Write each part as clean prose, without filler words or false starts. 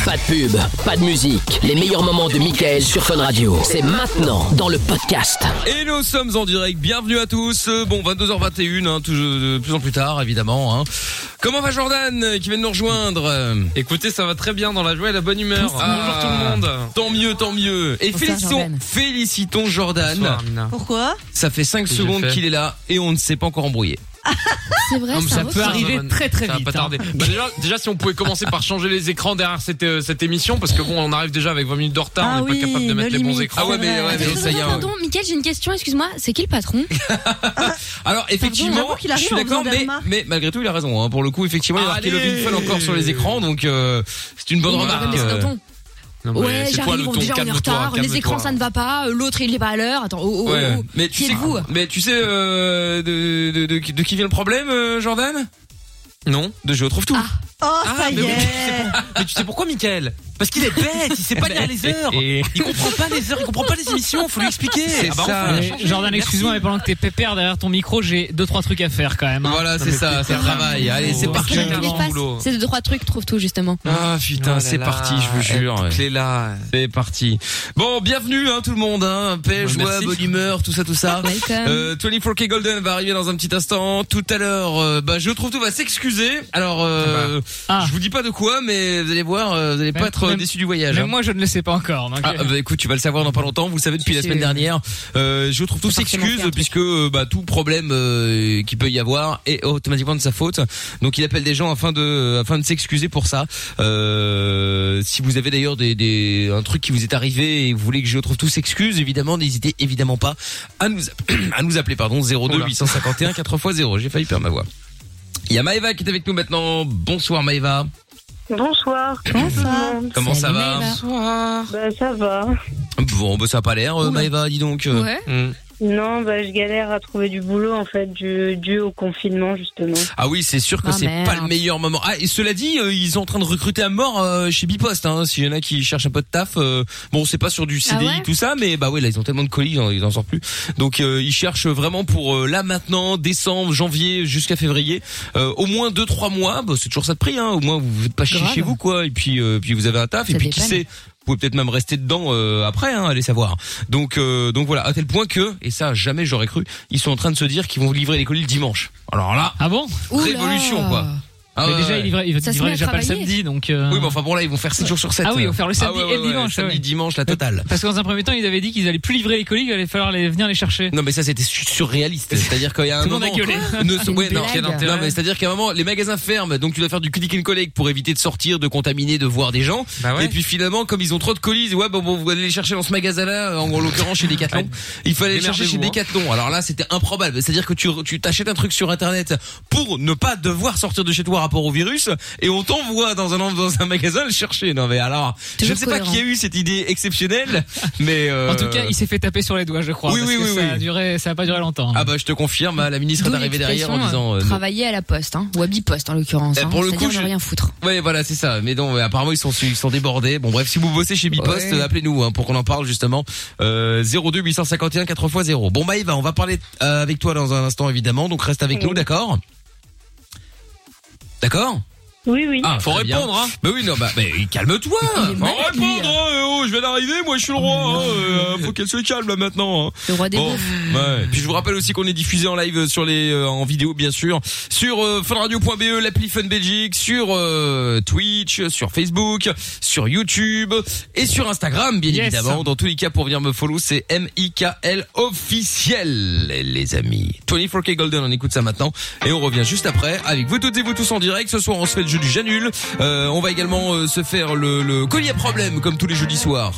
Pas de pub, pas de musique. Les meilleurs moments de Mickaël sur Fun Radio. C'est maintenant dans le podcast. Et nous sommes en direct. Bienvenue à tous. Bon, 22h21, hein, de plus en plus tard, évidemment. Hein. Comment va Jordan qui vient de nous rejoindre? Écoutez, ça va très bien dans la joie et la bonne humeur. Bonjour tout le monde. Tant mieux, tant mieux. Et félicitons Jordan. Bonsoir, Amina. Pourquoi? Ça fait 5 secondes qu'il est là et on ne s'est pas encore embrouillé. C'est vrai, ça peut arriver très très vite. Ça va pas tarder. Hein. Bah déjà, si on pouvait commencer par changer les écrans derrière cette émission, parce que bon, on arrive déjà avec 20 minutes de retard, on n'est pas capable de mettre les bons écrans. Ah ouais, mais ça y est. Pardon, Mickaël, j'ai une question, excuse-moi, c'est qui le patron? Alors effectivement, je suis d'accord, mais malgré tout, il a raison. Hein. Pour le coup, effectivement, il y a marqué Love in Fun encore sur les écrans, donc c'est une bonne remarque. Non, ouais, j'arrive, déjà on est en retard, les écrans ça ne va pas, l'autre il est pas à l'heure. Attends, mais tu sais de qui vient le problème, Jordan? Non, de Je retrouve tout. Ça y est. Mais tu sais pourquoi, Mickaël? Parce qu'il est bête, il sait pas lire les heures. Il comprend pas les heures, il comprend pas les émissions, faut lui expliquer. C'est ça. Jordan, excuse-moi, mais pendant que t'es pépère derrière ton micro, j'ai 2-3 trucs à faire quand même. Hein. Voilà, c'est ça travaille. Allez, c'est parti. C'est 2-3 trucs, trouve tout justement. Ah putain, c'est parti, je vous jure. Clé là. C'est parti. Bon, bienvenue tout le monde, hein. Paix, joie, bonne humeur, tout ça. 24K Golden va arriver dans un petit instant. Tout à l'heure, Je trouve tout va s'excuser. Alors, je vous dis pas de quoi, mais vous allez voir, vous allez pas être déçu du voyage. Mais moi je ne le sais pas encore. Donc écoute, tu vas le savoir dans pas longtemps. Vous le savez depuis la semaine dernière. Je trouve tout s'excuse puisque tout problème qui peut y avoir est automatiquement de sa faute. Donc il appelle des gens afin de s'excuser pour ça. Si vous avez d'ailleurs un truc qui vous est arrivé et vous voulez que Je trouve tout s'excuse, évidemment, n'hésitez évidemment pas à nous appeler 02 851 4x0. J'ai failli perdre ma voix. Il y a Maëva qui est avec nous maintenant. Bonsoir Maëva. Bonsoir. Comment ça va? Bonsoir. Ça va. Bon, ça a pas l'air, Maëva, dis donc. Ouais. Non, je galère à trouver du boulot en fait, dû au confinement justement. Ah oui, c'est sûr que c'est pas le meilleur moment. Ah, et cela dit, ils sont en train de recruter à mort chez Bipost. Hein, s'il y en a qui cherchent un peu de taf, bon, c'est pas sur du CDI tout ça, mais là ils ont tellement de colis, ils en sortent plus. Donc ils cherchent vraiment pour là maintenant, décembre, janvier jusqu'à février, au moins 2-3 mois. C'est toujours ça de prix. Hein, au moins vous êtes pas chier chez vous quoi. Et puis vous avez un taf. Ça et puis qui sait. Vous pouvez peut-être même rester dedans après, allez savoir. Donc voilà, à tel point que, et ça jamais j'aurais cru, ils sont en train de se dire qu'ils vont livrer les colis le dimanche. Alors là, révolution quoi. Mais déjà, il livrait déjà pas le samedi, donc. Oui, mais enfin bon là, ils vont faire 7 jours sur 7. Ah oui, ils vont faire le samedi et le dimanche. Samedi, dimanche, la totale. Parce que dans un premier temps, ils avaient dit qu'ils allaient plus livrer les colis, qu'il allait falloir venir les chercher. Non, mais ça c'était surréaliste. C'est-à-dire qu'il y a un moment. Tout le monde a gueulé. Non, mais c'est-à-dire qu'à un moment, les magasins ferment, donc tu dois faire du click and collect pour éviter de sortir, de contaminer, de voir des gens. Et puis finalement, comme ils ont trop de colis, vous allez les chercher dans ce magasin-là, en l'occurrence chez Decathlon. Il fallait les chercher chez Decathlon. Alors là, c'était improbable. C'est-à-dire que tu t'achètes un truc sur Internet pour ne pas devoir sortir de chez toi rapport au virus. Et on t'envoie dans un magasin le chercher. Non mais alors, je ne sais pas qui a eu cette idée exceptionnelle, mais en tout cas, il s'est fait taper sur les doigts, je crois. Oui. Ça a pas duré longtemps. Ah je te confirme, la ministre est arrivée derrière en disant travailler à la poste, ou à Bipost en l'occurrence. Pour le coup, je rien foutre. Ouais, voilà, c'est ça. Mais non, apparemment ils sont débordés. Bon bref, si vous bossez chez Bipost, appelez-nous pour qu'on en parle justement. 02 851 4x0. Bon Maëva, on va parler avec toi dans un instant évidemment. Donc reste avec nous, d'accord? D'accord? Oui. Ah, faut répondre, hein. Bah oui, non, calme-toi. Faut répondre, je viens d'arriver, moi je suis le roi, faut qu'elle se calme là maintenant. Le roi des bœufs. Ouais. Puis je vous rappelle aussi qu'on est diffusé en live sur en vidéo bien sûr, sur funradio.be, l'appli Fun Belgique, sur Twitch, sur Facebook, sur YouTube et sur Instagram bien évidemment. Dans tous les cas pour venir me follow, c'est MIKL officiel les amis. 24K Golden, on écoute ça maintenant et on revient juste après avec vous toutes et vous tous en direct. Ce soir on se fait le jeu du Janul. On va également se faire le collier à problème comme tous les jeudis soirs.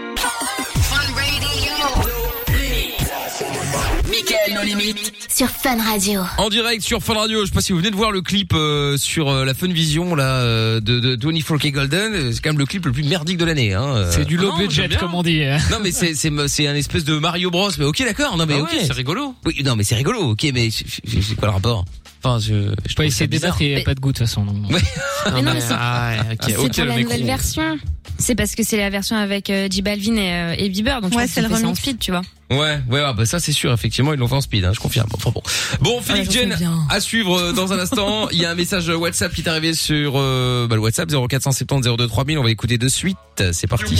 Mickaël No Limites sur Fun Radio. En direct sur Fun Radio. Je sais pas si vous venez de voir le clip sur la Fun Vision là de 24K Golden. C'est quand même le clip le plus merdique de l'année. C'est du low budget comme on dit. Non mais c'est un espèce de Mario Bros. Mais ok d'accord. Non mais ok. C'est rigolo. Oui non mais c'est rigolo. Ok mais c'est quoi le rapport? Enfin, je peux essayer de débattre, il n'y a pas de goût de toute façon. Mais non, mais c'est pour la nouvelle version. C'est parce que c'est la version avec J Balvin et Bieber, donc c'est le remix en speed, tu vois. Ouais, bah ça c'est sûr, effectivement ils l'ont fait en speed, je confirme. Enfin bon, Philippe Jen à suivre dans un instant. Il y a un message WhatsApp qui est arrivé sur le WhatsApp 0470 02 3000. On va écouter de suite. C'est parti.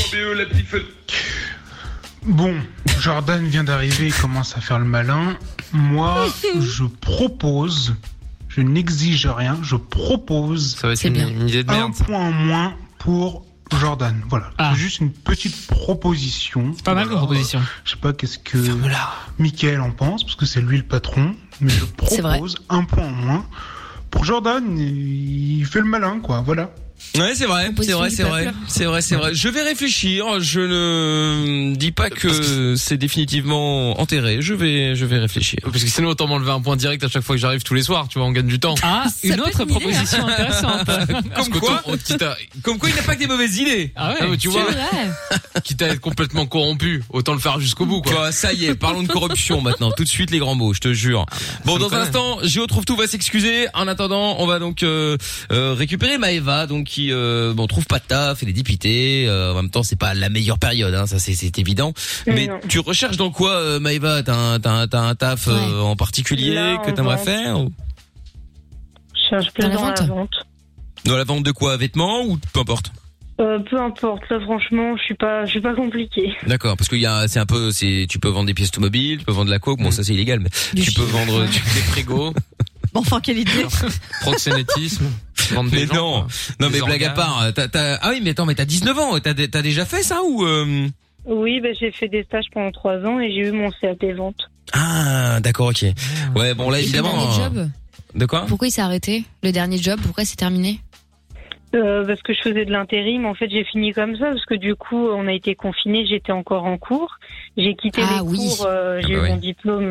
Bon, Jordan vient d'arriver, il commence à faire le malin. Moi, je propose, je n'exige rien, je propose. Ça va être une idée de merde. Un point en moins pour Jordan. Voilà. C'est juste une petite proposition. C'est pas mal comme proposition. Je sais pas qu'est-ce que Mickaël en pense, parce que c'est lui le patron. Mais je propose un point en moins pour Jordan. Il fait le malin, quoi. Voilà. Ouais, c'est vrai. Je vais réfléchir. Je ne dis pas que c'est définitivement enterré. Je vais réfléchir. Parce que sinon, autant m'enlever un point direct à chaque fois que j'arrive tous les soirs. Tu vois, on gagne du temps. Ah, une autre proposition intéressante. Comme quoi, il n'a pas que des mauvaises idées. Ah ouais. Mais tu vois, quitte à être complètement corrompu, autant le faire jusqu'au bout, quoi. Ça y est, parlons de corruption maintenant. Tout de suite les grands mots, je te jure. Bon, dans un instant, Géo trouve tout va s'excuser. En attendant, on va donc récupérer Maëva, donc qui trouve pas de taf, elle est dépitée. En même temps, c'est pas la meilleure période, ça c'est évident. Mais non. Tu recherches dans quoi, Maëva? T'as un taf en particulier là, que t'aimerais faire ou... Je cherche plus dans la vente. Dans la vente de quoi? Vêtements ou peu importe? Peu importe. Là, franchement, je suis pas compliqué. D'accord, parce que tu peux vendre des pièces automobiles, tu peux vendre de la coke. Bon, ça c'est illégal, mais tu peux vendre des frigos. Enfin, quelle idée. Proxénétisme. Mais non, mais blague à part. Ah oui, mais attends, mais t'as 19 ans. T'as déjà fait ça ou Oui, j'ai fait des stages pendant 3 ans et j'ai eu mon CAP vente. Ah, d'accord, ok. Ouais, bon là évidemment. Le dernier job. De quoi? Pourquoi il s'est arrêté? Le dernier job, pourquoi c'est terminé? Parce que je faisais de l'intérim. En fait, j'ai fini comme ça parce que du coup, on a été confinés. J'étais encore en cours. J'ai quitté les cours. J'ai eu mon diplôme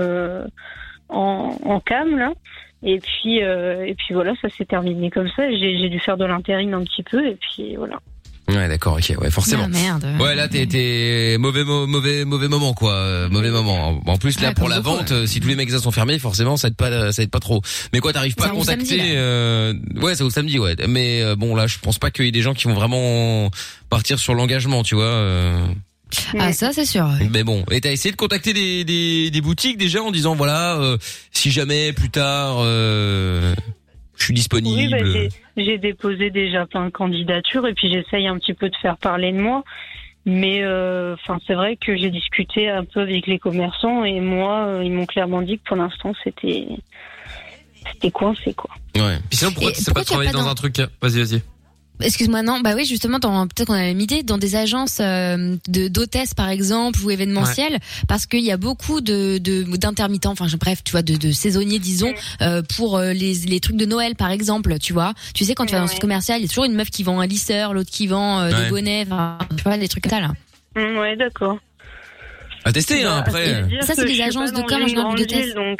en CAM là. Et puis voilà, ça s'est terminé comme ça. J'ai dû faire de l'intérim un petit peu et puis voilà. Ouais, d'accord, ok, ouais, forcément. Ah, merde. Ouais, là t'es mauvais moment quoi, mauvais moment. En plus là pour la vente, si tous les magasins sont fermés, forcément ça aide pas trop. Mais quoi, t'arrives pas à contacter ouais, c'est au samedi, ouais. Mais bon là, je pense pas qu'il y ait des gens qui vont vraiment partir sur l'engagement, tu vois. Ah, ça c'est sûr. Mais bon, et t'as essayé de contacter des boutiques déjà en disant voilà, si jamais plus tard je suis disponible. Oui, j'ai déposé déjà plein de candidatures et puis j'essaye un petit peu de faire parler de moi. Mais c'est vrai que j'ai discuté un peu avec les commerçants et moi, ils m'ont clairement dit que pour l'instant c'était coincé quoi. Ouais. Puis sinon pourquoi tu sais pas travailler dans un truc? Vas-y. Excuse-moi, non, bah oui, justement, peut-être qu'on avait une idée dans des agences d'hôtesses par exemple ou événementielles, parce qu'il y a beaucoup d'intermittents, enfin bref, tu vois, de saisonniers, disons, pour les trucs de Noël par exemple, tu vois. Tu sais, quand tu vas dans un centre commercial, il y a toujours une meuf qui vend un lisseur, l'autre qui vend des bonnets, enfin, tu vois, des trucs comme ça là. Ouais, d'accord. À tester, après. Ça, c'est des agences de com en général d'hôtesses. Donc.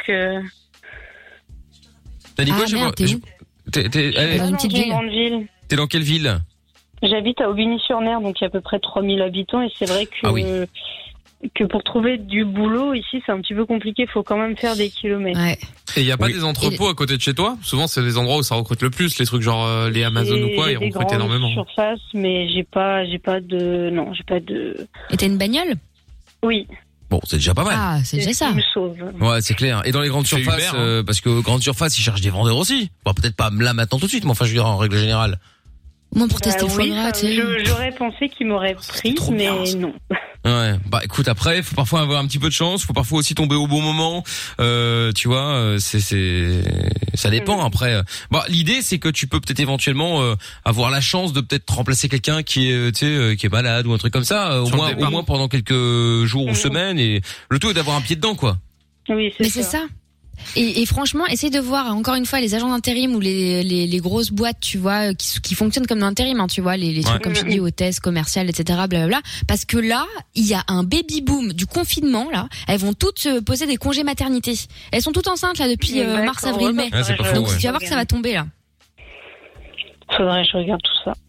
T'as dit quoi? T'es où? T'es dans une petite ville. T'es dans quelle ville? J'habite à Aubigny-sur-Mer, donc il y a à peu près 3000 habitants, et c'est vrai que pour trouver du boulot ici, c'est un petit peu compliqué, il faut quand même faire des kilomètres. Ouais. Et il y a pas des entrepôts à côté de chez toi? Souvent, c'est les endroits où ça recrute le plus, les trucs genre les Amazon ou quoi, ils recrutent énormément. Surface, mais j'ai pas de. Et t'as une bagnole? Oui. Bon, c'est déjà pas mal. Ah, c'est déjà ça. Me sauve. Ouais, c'est clair. Et dans les grandes surfaces, parce que grandes surfaces, ils cherchent des vendeurs aussi. Bon, peut-être pas là maintenant tout de suite, mais enfin, je veux dire en règle générale. Moi, pour tester le foie gras, tu sais. J'aurais pensé qu'il m'aurait pris, mais non. Ouais, bah écoute, après, faut parfois avoir un petit peu de chance, faut parfois aussi tomber au bon moment. Tu vois, ça dépend. Après, bah l'idée c'est que tu peux peut-être éventuellement avoir la chance de peut-être remplacer quelqu'un qui est, qui est malade ou un truc comme ça, au moins pendant quelques jours ou semaines. Et le tout est d'avoir un pied dedans, quoi. Oui, mais c'est ça. Et franchement, essaye de voir encore une fois les agents d'intérim ou les grosses boîtes, tu vois, qui fonctionnent comme d'intérim, tu vois, les trucs comme je dis, hôtesses, commerciales, etc., blablabla. Parce que là, il y a un baby boom du confinement, là. Elles vont toutes poser des congés maternité. Elles sont toutes enceintes, là, depuis mars, avril, mai. Ouais, c'est pas faux, donc tu vas voir que ça va tomber, là. Faudrait que je regarde tout ça.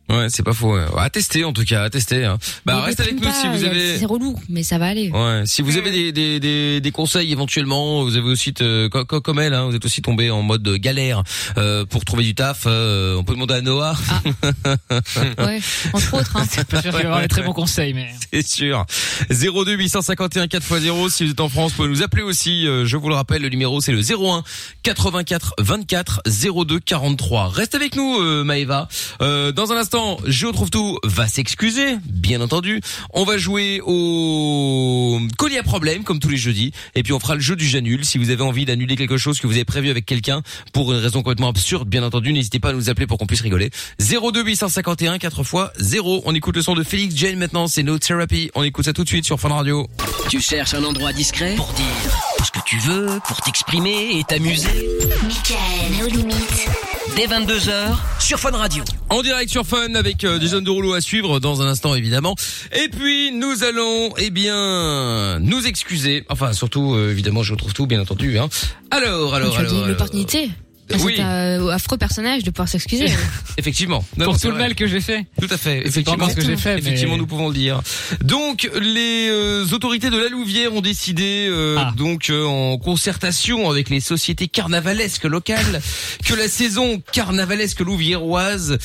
Ouais, c'est pas faux. Ouais. À tester en tout cas, à tester. Hein. Bah reste avec nous si vous avez. C'est relou, mais ça va aller. Ouais, si vous avez des conseils éventuellement, vous avez aussi comme elle, hein, vous êtes aussi tombé en mode galère pour trouver du taf. On peut demander à Noah. Ouais, entre autres. Hein. C'est pas sûr qu'il va y avoir des très bons conseils, mais. C'est sûr. 02 851 4x0. Si vous êtes en France, vous pouvez nous appeler aussi. Je vous le rappelle, le numéro c'est le 01 84 24 02 43. Reste avec nous, Maëva. Dans un instant. Je trouve tout va s'excuser, bien entendu. On va jouer au collier à problème comme tous les jeudis, et puis on fera le jeu du Janul. Si vous avez envie d'annuler quelque chose que vous avez prévu avec quelqu'un pour une raison complètement absurde, bien entendu, n'hésitez pas à nous appeler pour qu'on puisse rigoler. 02 851 4x0. On écoute le son de Félix Jane maintenant, c'est No Therapy. On écoute ça tout de suite sur Fun Radio. Tu cherches un endroit discret pour dire ce que tu veux, pour t'exprimer et t'amuser. Mickaël, aux limites. Dès 22h sur Fun Radio. En direct sur Fun avec Jason Derulo à suivre dans un instant évidemment. Et puis nous allons nous excuser. Enfin surtout évidemment je retrouve tout bien entendu. Hein. Alors. Tu as dit l'opportunité. Oui. C'est un affreux personnage de pouvoir s'excuser. Effectivement. Pour tout le mal que j'ai fait. Tout à fait. Effectivement, ce que j'ai fait. Effectivement, nous pouvons le dire. Donc, les autorités de la Louvière ont décidé, donc en concertation avec les sociétés carnavalesques locales, que la saison carnavalesque louviéroise,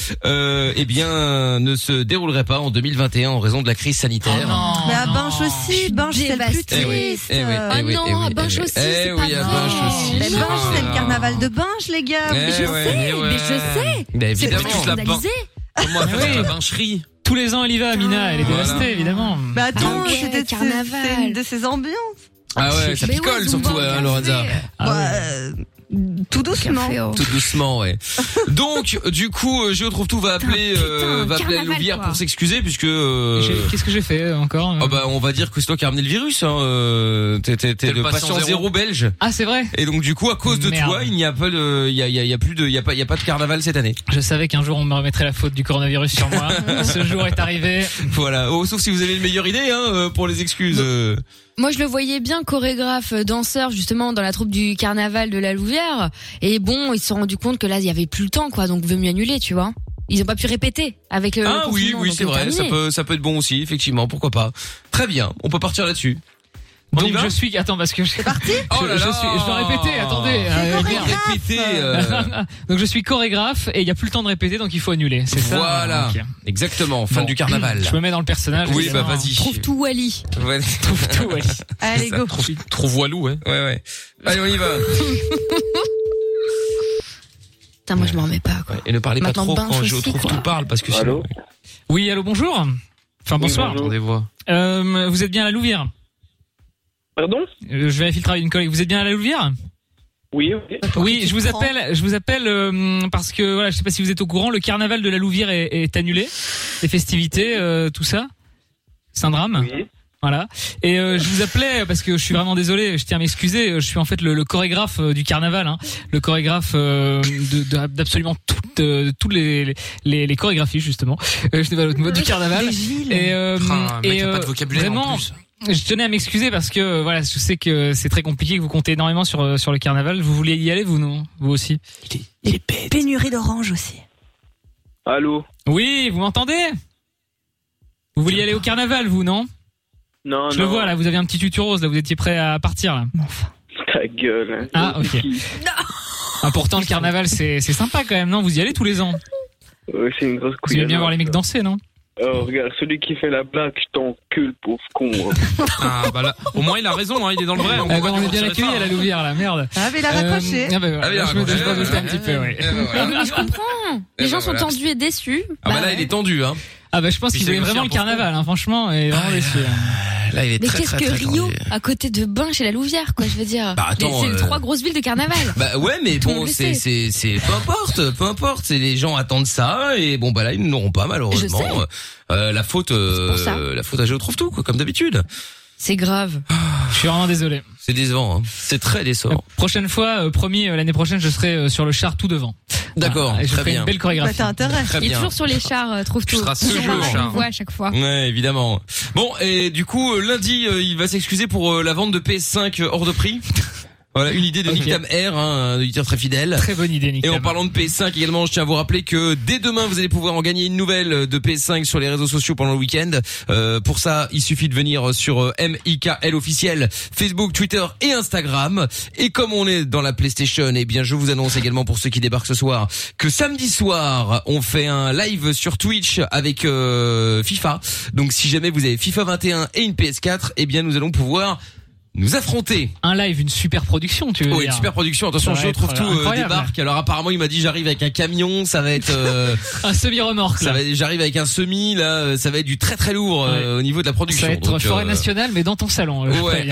ne se déroulerait pas en 2021 en raison de la crise sanitaire. Oh non, mais à Binche aussi, Binche c'est le plus triste. À Binche aussi, c'est pas vrai. À Binche aussi. Mais Binche c'est le carnaval de Binche, les gars. Mais je sais. Mais évidemment, c'est scandalisé. Comment faire la bincherie? Tous les ans, elle y va, Amina. Elle est dévastée, évidemment. Bah attends, Okay, c'était carnaval. c'est une de ces ambiances. Ah ouais, ça picole surtout, Lorenza. Tout doucement. Tout doucement, ouais. Donc, du coup, je trouve tout va appeler la Louvière pour s'excuser puisque. Qu'est-ce que j'ai fait encore? Oh bah, on va dire que c'est toi qui as ramené le virus. Hein. T'es le patient zéro belge. Ah, c'est vrai. Et donc, du coup, à cause de toi, il n'y a pas il y a pas de carnaval cette année. Je savais qu'un jour on me remettrait la faute du coronavirus sur moi. Ce jour est arrivé. Voilà. Oh, sauf si vous avez une meilleure idée, hein, pour les excuses. Moi, je le voyais bien chorégraphe, danseur, justement, dans la troupe du carnaval de la Louvière. Et bon, ils se sont rendus compte que là, il y avait plus le temps, quoi. Donc, vaut mieux annuler, tu vois. Ils ont pas pu répéter avec le confinement, oui, c'est vrai. Ça peut être bon aussi, effectivement. Pourquoi pas. Très bien. On peut partir là-dessus. Donc attends parce que c'est parti. Oh là là. Je dois répéter. Attendez. Donc je suis chorégraphe et il y a plus le temps de répéter donc il faut annuler. C'est ça. Voilà. Okay. Exactement. Fin du carnaval. Je me mets dans le personnage. Oui, bah vas-y. Trouve tout Wally. Ouais. Trouve tout Wally. Allez go. Trouve Walou, ouais. Ouais. Allez, on y va. Putain, moi je m'en remets pas, quoi. Ouais, et ne parlez maintenant, pas trop quand je trouve tout parle parce que allô. Oui, allô, bonjour. Enfin bonsoir. Bonjour. Des voix. Vous êtes bien à la Louvière? Pardon? Je vérifie le travail d'une collègue. Vous êtes bien à la Louvière? Oui. Oui, je vous appelle parce que voilà, je sais pas si vous êtes au courant, le carnaval de la Louvière est annulé, les festivités, tout ça. C'est un drame. Oui. Voilà. Et je vous appelais parce que je suis vraiment désolé, je tiens à m'excuser, je suis en fait le chorégraphe du carnaval, hein, le chorégraphe d'absolument toutes les chorégraphies justement. Je sais pas, au niveau du carnaval. Mec, y a pas de vocabulaire vraiment, en plus. je tenais à m'excuser parce que voilà, je sais que c'est très compliqué, que vous comptez énormément sur le carnaval. Vous vouliez y aller, vous, non? Vous aussi? Il est bête. Pénurie d'orange aussi. Allô? Oui, vous m'entendez? Vous vouliez aller au carnaval, vous, non? Non, Je le vois, là, vous avez un petit tutu rose, là, vous étiez prêt à partir, là. Enfin. Ta gueule. Hein. Ah, ok. Ah, pourtant, le carnaval, c'est sympa quand même, non? Vous y allez tous les ans? Ouais, c'est une grosse couille. Vous aimez bien voir les mecs danser, non? Oh, regarde, celui qui fait la blague, je t'encule, pauvre con. Ah, bah là, au moins il a raison, hein, il est dans le vrai. On est bien accueillis à la Louvière, la merde. Ah, mais il a raccroché. Ah, bah, voilà. Je me doutais un petit peu, oui. Mais je comprends. Les gens sont tendus et déçus. Ah bah là, il est tendu, hein. Ah bah je pense qu'il voulait vraiment le carnaval, hein, franchement, et vraiment déçu. Là, il est mais très, qu'est-ce très, que très Rio, tendu. à côté de Binche et la Louvière, quoi, je veux dire. Bah, attends, c'est les trois grosses villes de carnaval. Bah ouais, mais Tout le bon, monde le c'est peu importe, c'est les gens attendent ça et bon bah là ils n'auront pas malheureusement. La faute à Géo trouve tout quoi, comme d'habitude. C'est grave. Je suis vraiment désolé. C'est décevant, hein. C'est très décevant. Prochaine fois, promis, l'année prochaine, je serai sur le char tout devant. D'accord, voilà, et je très ferai bien. une belle chorégraphie. Bah, t'as intérêt. Très Il est bien. toujours sur les chars, trouve tout. Tu seras ce jeu, On voit à chaque fois. Ouais, évidemment. Bon, et du coup, lundi, il va s'excuser pour la vente de PS5 hors de prix. Voilà, une idée de Nick Tam R, un auditeur très fidèle. Très bonne idée, Nick. Et en parlant de PS5 également, je tiens à vous rappeler que dès demain, vous allez pouvoir en gagner une nouvelle de PS5 sur les réseaux sociaux pendant le week-end. Pour ça, il suffit de venir sur MIKL officiel, Facebook, Twitter et Instagram. Et comme on est dans la PlayStation, eh bien, je vous annonce également pour ceux qui débarquent ce soir que samedi soir, on fait un live sur Twitch avec FIFA. Donc, si jamais vous avez FIFA 21 et une PS4, eh bien, nous allons pouvoir nous affronter. Un live, une super production, tu veux dire. Oui, une super production. Attention, je trouve tout débarque. Alors apparemment, il m'a dit j'arrive avec un camion, ça va être un semi-remorque. J'arrive avec un semi là, ça va être du très très lourd au niveau de la production. Ça va être forêt nationale mais dans ton salon. Ouais,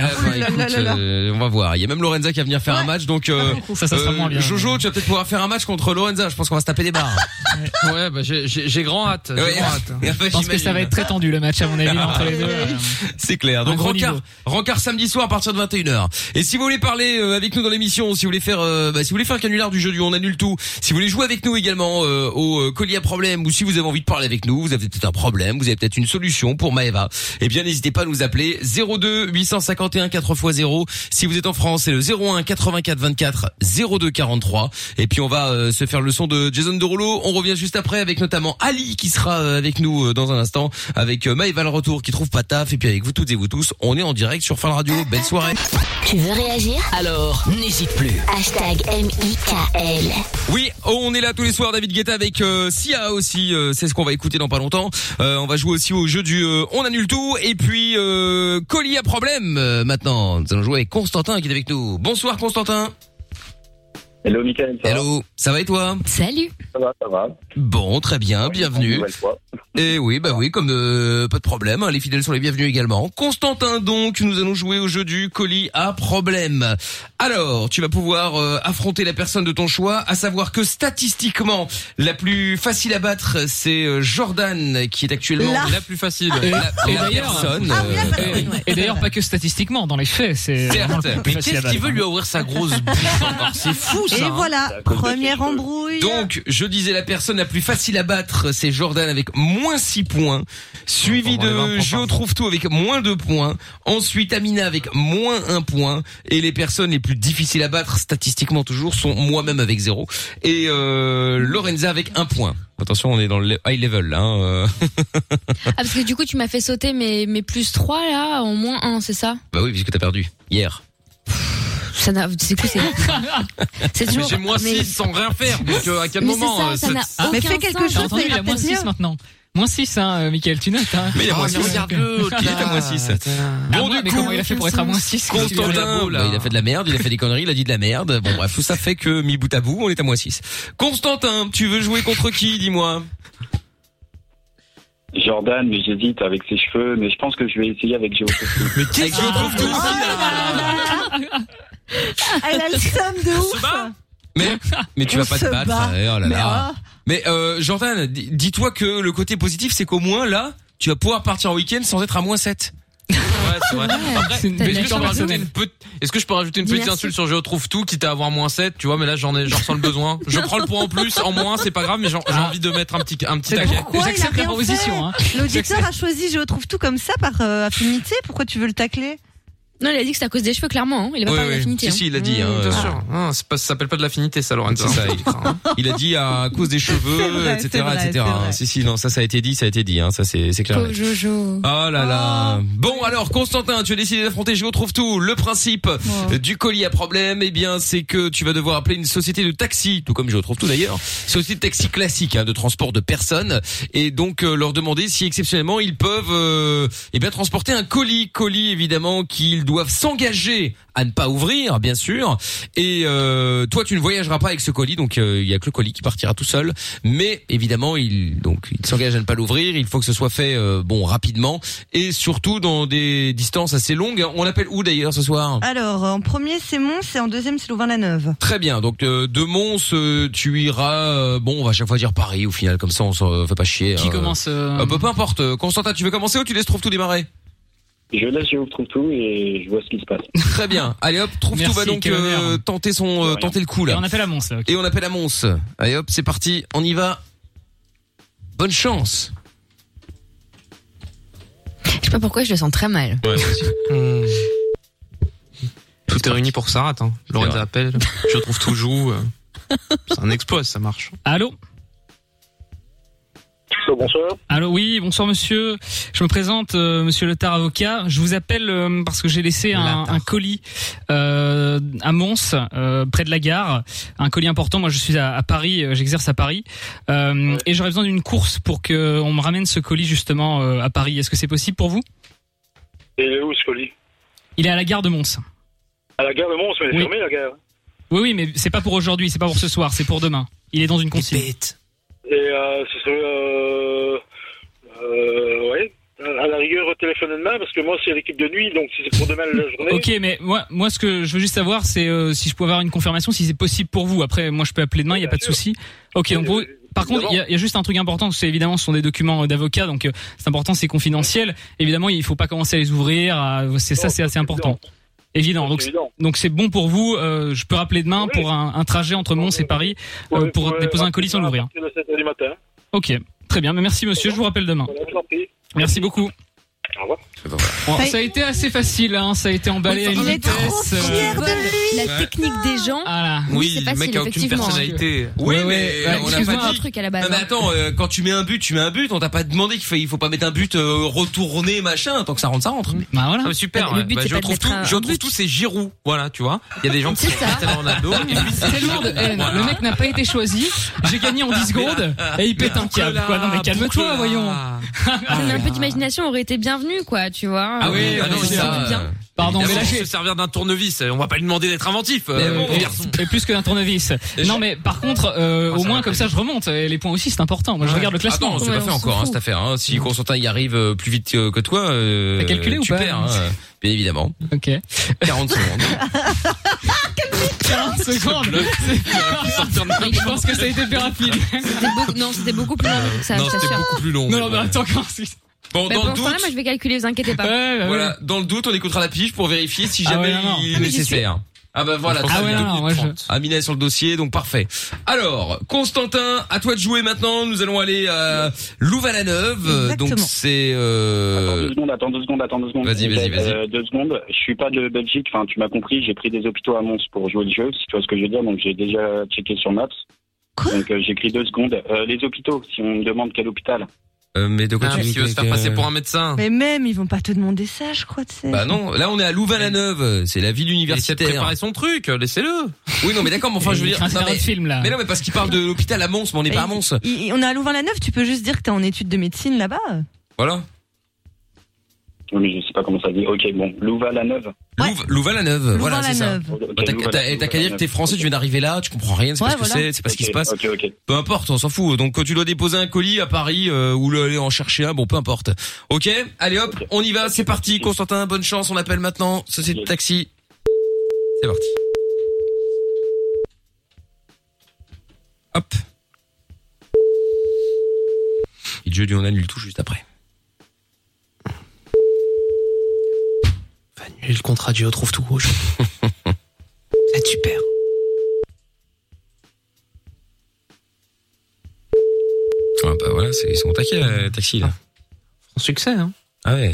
on va voir. Il y a même Lorenza qui va venir faire un match donc ça sera moins bien. Jojo, tu vas peut-être pouvoir faire un match contre Lorenza, je pense qu'on va se taper des barres. Ouais, bah j'ai grand hâte. Je pense que ça va être très tendu le match à mon avis entre les deux. C'est clair. Donc rencard samedi soir à partir de 21h. Et si vous voulez parler avec nous dans l'émission, si vous voulez faire un canular du jeu du On annule tout, si vous voulez jouer avec nous également au colis à problème, ou si vous avez envie de parler avec nous, vous avez peut-être un problème, vous avez peut-être une solution pour Maëva, eh bien n'hésitez pas à nous appeler 02 851 4x0. Si vous êtes en France, c'est le 01 84 24 02 43. Et puis on va se faire le son de Jason Derulo. On revient juste après avec notamment Ali qui sera avec nous dans un instant, avec Maëva le retour qui trouve pas taf, et puis avec vous toutes et vous tous, on est en direct sur Fun Radio. Belle soirée. Tu veux réagir? Alors, n'hésite plus. Hashtag MIKL. Oui, on est là tous les soirs, David Guetta avec Sia aussi, c'est ce qu'on va écouter dans pas longtemps. On va jouer aussi au jeu du On annule tout, et puis colis à problème maintenant. Nous allons jouer avec Constantin qui est avec nous. Bonsoir Constantin. Hello Mickaël, ça Hello, ça va et toi? Salut. Ça va. Bon, très bien, bienvenue. Et oui, bah oui, comme pas de problème, les fidèles sont les bienvenus également. Constantin donc, nous allons jouer au jeu du colis à problème. Alors, tu vas pouvoir affronter la personne de ton choix, à savoir que statistiquement, la plus facile à battre, c'est Jordan qui est actuellement la plus facile. Et d'ailleurs, pas que statistiquement, dans les faits, c'est vraiment le plus mais facile à qu'est-ce qu'il battre. veut lui ouvrir sa grosse bouche encore? C'est fou ça. Et voilà, première embrouille. Donc, je disais la personne la plus facile à battre, c'est Jordan avec moins 6 points, suivi de Géo trouve tout avec moins 2 points, ensuite Amina avec moins 1 point, et les personnes les plus difficiles à battre, statistiquement toujours, sont moi-même avec 0, et Lorenza avec 1 point. Attention, on est dans le high level là. Parce que du coup, tu m'as fait sauter mes plus 3 là, en moins 1, c'est ça? Bah oui, puisque t'as perdu hier. Ça n'a, c'est quoi, c'est toujours. Mais j'ai moins 6 sans rien faire. Donc à quel moment ça n'a aucun mais fais quelque sens. chose. Entendu, il a moins 6 maintenant. Moins 6, Mickaël, tu notes, hein. Mais il y a moins 6. Regarde-le. Il est à moins 6. Bon, du coup, comment il a fait pour être à moins 6? Constantin, il a fait de la merde, il a fait des conneries, il a dit de la merde. Bon, bref, tout ça fait que, mis bout à bout, on est à moins 6. Constantin, tu veux jouer contre qui, dis-moi? Jordan, mais j'hésite avec ses cheveux, mais je pense que je vais essayer avec Géo. Mais qu'est-ce que tu trouves tout aussi, là? Elle a le seum de ouf. Mais tu vas pas te battre. Oh là là. Mais Jordan, dis-toi que le côté positif, c'est qu'au moins là, tu vas pouvoir partir en week-end sans être à moins 7. Ouais, c'est vrai. Après, C'est une est-ce que je peux rajouter une petite insulte sur Géo trouve tout, quitte à avoir moins 7, tu vois, mais là j'en ressens le besoin. Je prends le point en plus, en moins, c'est pas grave, mais j'ai envie de mettre un petit taquet. pourquoi J'accepte la proposition, hein. L'auditeur a choisi Je trouve tout comme ça par affinité. Pourquoi tu veux le tacler? Non, il a dit que c'est à cause des cheveux, clairement. Hein. Il a pas parlé d'affinité. Si, il a dit. Bien sûr. Non, ça s'appelle pas de l'affinité, ça, Lorenzo. C'est ça. Il a dit à cause des cheveux, etc., etc. Si, non, ça a été dit, hein. Ça, c'est clair. Pauvre Jojo. Oh là là. Bon, alors, Constantin, tu as décidé d'affronter Géo trouve tout. Le principe du colis à problème, eh bien, c'est que tu vas devoir appeler une société de taxi, tout comme Géo trouve tout d'ailleurs. Société de taxi classique, hein, de transport de personnes. Et donc, leur demander si exceptionnellement ils peuvent, eh bien, transporter un colis, évidemment, qu'ils doivent s'engager à ne pas ouvrir, bien sûr. Et toi, tu ne voyageras pas avec ce colis, donc il y a que le colis qui partira tout seul. Mais évidemment, il s'engage à ne pas l'ouvrir. Il faut que ce soit fait rapidement et surtout dans des distances assez longues. On appelle où d'ailleurs ce soir? Alors, en premier c'est Mons et en deuxième c'est Louvain-la-Neuve. Très bien. Donc de Mons, tu iras. On va à chaque fois dire Paris au final, comme ça on se fait pas chier. Qui commence peu importe. Constantin, tu veux commencer ou tu laisses trouve tout démarrer? Je laisse Géo trouve tout et je vois ce qui se passe. Très bien. Allez hop, trouve tout va donc tenter le coup là. Et on appelle à Mons là. Et on appelle à Mons. Allez hop, c'est parti, on y va. Bonne chance. Je sais pas pourquoi je le sens très mal. Ouais, moi aussi. Tout est s'est réunie pour que ça rate. Hein. Lorenza appelle, je retrouve tout joue. C'est un exploit, ça marche. Allô? Bonsoir. Allô, oui, bonsoir monsieur. Je me présente, monsieur Letard, avocat. Je vous appelle parce que j'ai laissé un colis à Mons, près de la gare. Un colis important. Moi, je suis à Paris, j'exerce à Paris. Et j'aurais besoin d'une course pour qu'on me ramène ce colis justement à Paris. Est-ce que c'est possible pour vous? Et il est où ce colis? Il est à la gare de Mons. À la gare de Mons, mais elle est fermée la gare. Oui, mais c'est pas pour aujourd'hui, c'est pas pour ce soir, c'est pour demain. Il est dans une consigne. Et ce serait... ouais. À la rigueur, téléphone demain, parce que moi, c'est l'équipe de nuit, donc si c'est pour demain la journée... Ok, mais moi, ce que je veux juste savoir, c'est si je peux avoir une confirmation, si c'est possible pour vous. Après, moi, je peux appeler demain, il n'y a pas de souci. Ok, donc pour... Par contre, il y a juste un truc important, c'est évidemment, ce sont des documents d'avocat, donc c'est important, c'est confidentiel. Évidemment, il faut pas commencer à les ouvrir, c'est assez important. Évident. Donc c'est bon pour vous. Je peux rappeler demain pour un trajet entre Mons et Paris pour déposer un colis sans l'ouvrir. Ok, très bien. Mais merci monsieur. Je vous rappelle demain. Merci beaucoup. Au revoir. Bon, ça a été assez facile, hein. Ça a été emballé à une vitesse. La technique des gens. Voilà. Oui, c'est le mec facile, a aucune personnalité. Oui, mais on n'a pas un dit. truc à la base. Non, mais attends, quand tu mets un but, tu mets un but. On t'a pas demandé qu'il faut pas mettre un but retourné, machin. Tant que ça rentre, ça rentre. Bah voilà. Ah, super. Le but, c'est je pas de retrouve mettre un je retrouve tous ces Giroud. Voilà, tu vois. Il y a des gens qui sont Cristiano Ronaldo et lui c'est lourd de haine. Voilà. Le mec n'a pas été choisi. J'ai gagné en 10 secondes et il pète un câble, quoi. Non, mais calme-toi, voyons. Un peu d'imagination aurait été bienvenu, quoi, tu vois. Ah oui, non, c'est ça. bien. Pardon, mais là, se servir d'un tournevis. On va pas lui demander d'être inventif. Et plus que d'un tournevis. Non, mais par contre, au moins comme ça, je remonte. Et les points aussi, c'est important. Moi, je regarde le classement. Attends, c'est pas fait encore cette affaire. Si Constantin y arrive plus vite que toi, t'as calculé ou tu pas perds. Bien évidemment. Ok. 40 secondes. 40 secondes. Je pense que ça a été plus rapide. C'était beaucoup plus long. Non, c'était beaucoup plus long. Non, mais attends, quand Bon, dans le doute, moi je vais calculer, vous inquiétez pas. voilà, dans le doute, on écoutera la pige pour vérifier si jamais il est nécessaire. Ah bah voilà, Amina est sur le dossier, donc parfait. Alors, Constantin, à toi de jouer maintenant. Nous allons aller à Louvain-la-Neuve. Donc c'est... Attends deux secondes. Vas-y. 2 secondes. Je suis pas de Belgique, enfin tu m'as compris, j'ai pris des hôpitaux à Mons pour jouer le jeu, si tu vois ce que je veux dire, donc j'ai déjà checké sur Maps. Quoi? Donc j'écris 2 secondes. Les hôpitaux, si on me demande quel hôpital. Mais de quoi tu veux se faire passer pour un médecin? Mais même, ils vont pas te demander ça, je crois, tu sais. Bah non, là on est à Louvain-la-Neuve, c'est la ville universitaire. Il essaie de préparer son truc, laissez-le. Oui, non, mais d'accord, mais enfin, je veux dire, film, là. Mais non, mais parce qu'il parle de l'hôpital à Mons, mais on n'est pas à Mons. On est à Louvain-la-Neuve, tu peux juste dire que t'es en études de médecine là-bas. Voilà. Oui, mais je sais pas comment ça se dit. Ok, bon, Louvain-la-Neuve. Louvain-la-Neuve, voilà, c'est ça. Okay, T'as qu'à dire que t'es français, tu viens d'arriver là, tu comprends rien, c'est pas ce que c'est, c'est pas ce qui se passe. Ok. Peu importe, on s'en fout. Donc quand tu dois déposer un colis à Paris ou aller en chercher un, bon, peu importe. Ok, allez hop, on y va, c'est parti. Constantin, bonne chance, on appelle maintenant Société de taxi. C'est parti. Hop. Et le jeudi, on annule tout juste après. Annuler le contrat du retrouve tout rouge. C'est super. Ah bah voilà, ils sont taqués là, taxi là. Un succès, hein. Ah ouais.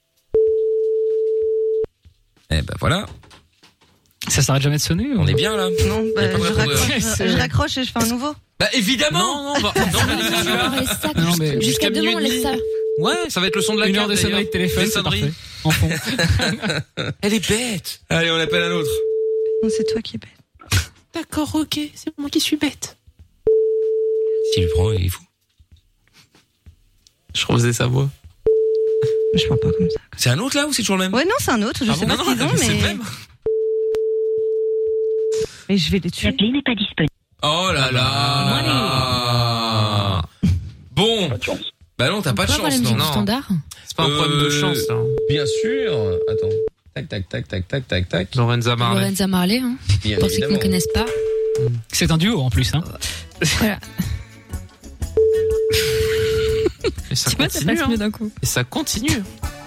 Eh bah voilà. Ça s'arrête jamais de sonner ou... On est bien là. Non, je raccroche et je fais un nouveau. Bah évidemment. Non, mais jusqu'à demain on laisse ça. Ouais, ça va être le son de la une carte. Heure de sonnerie de téléphone, c'est parfait. En fond. Elle est bête. Allez, on appelle un autre. Non, c'est toi qui es bête. D'accord, ok, c'est moi qui suis bête. S'il le prend, il est fou. Je refaisais sa voix. Je parle pas comme ça. C'est un autre là ou c'est toujours le même? Ouais, non, c'est un autre. Je sais pas ce qu'ils ont, mais. C'est le même. Mais je vais les tuer. L'appli n'est pas disponible. Oh là là. Bon. Pas de chance. Bah non, t'as pas de chance, non. Standard. C'est pas un problème de chance, là. Bien sûr. Attends. Tac. Lorenza Marley, hein. Pour ceux qui ne connaissent pas. C'est un duo en plus, hein. Voilà. Et ça continue, ça passe mieux d'un coup. Et ça continue.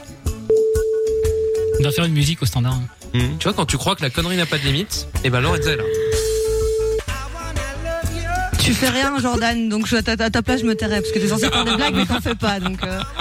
On doit faire une musique au standard. Tu vois, quand tu crois que la connerie n'a pas de limite, et ben Lorenza est là. Tu fais rien, Jordan, donc à ta place, je me tairais, parce que t'es censé faire des blagues, mais t'en fais pas, donc.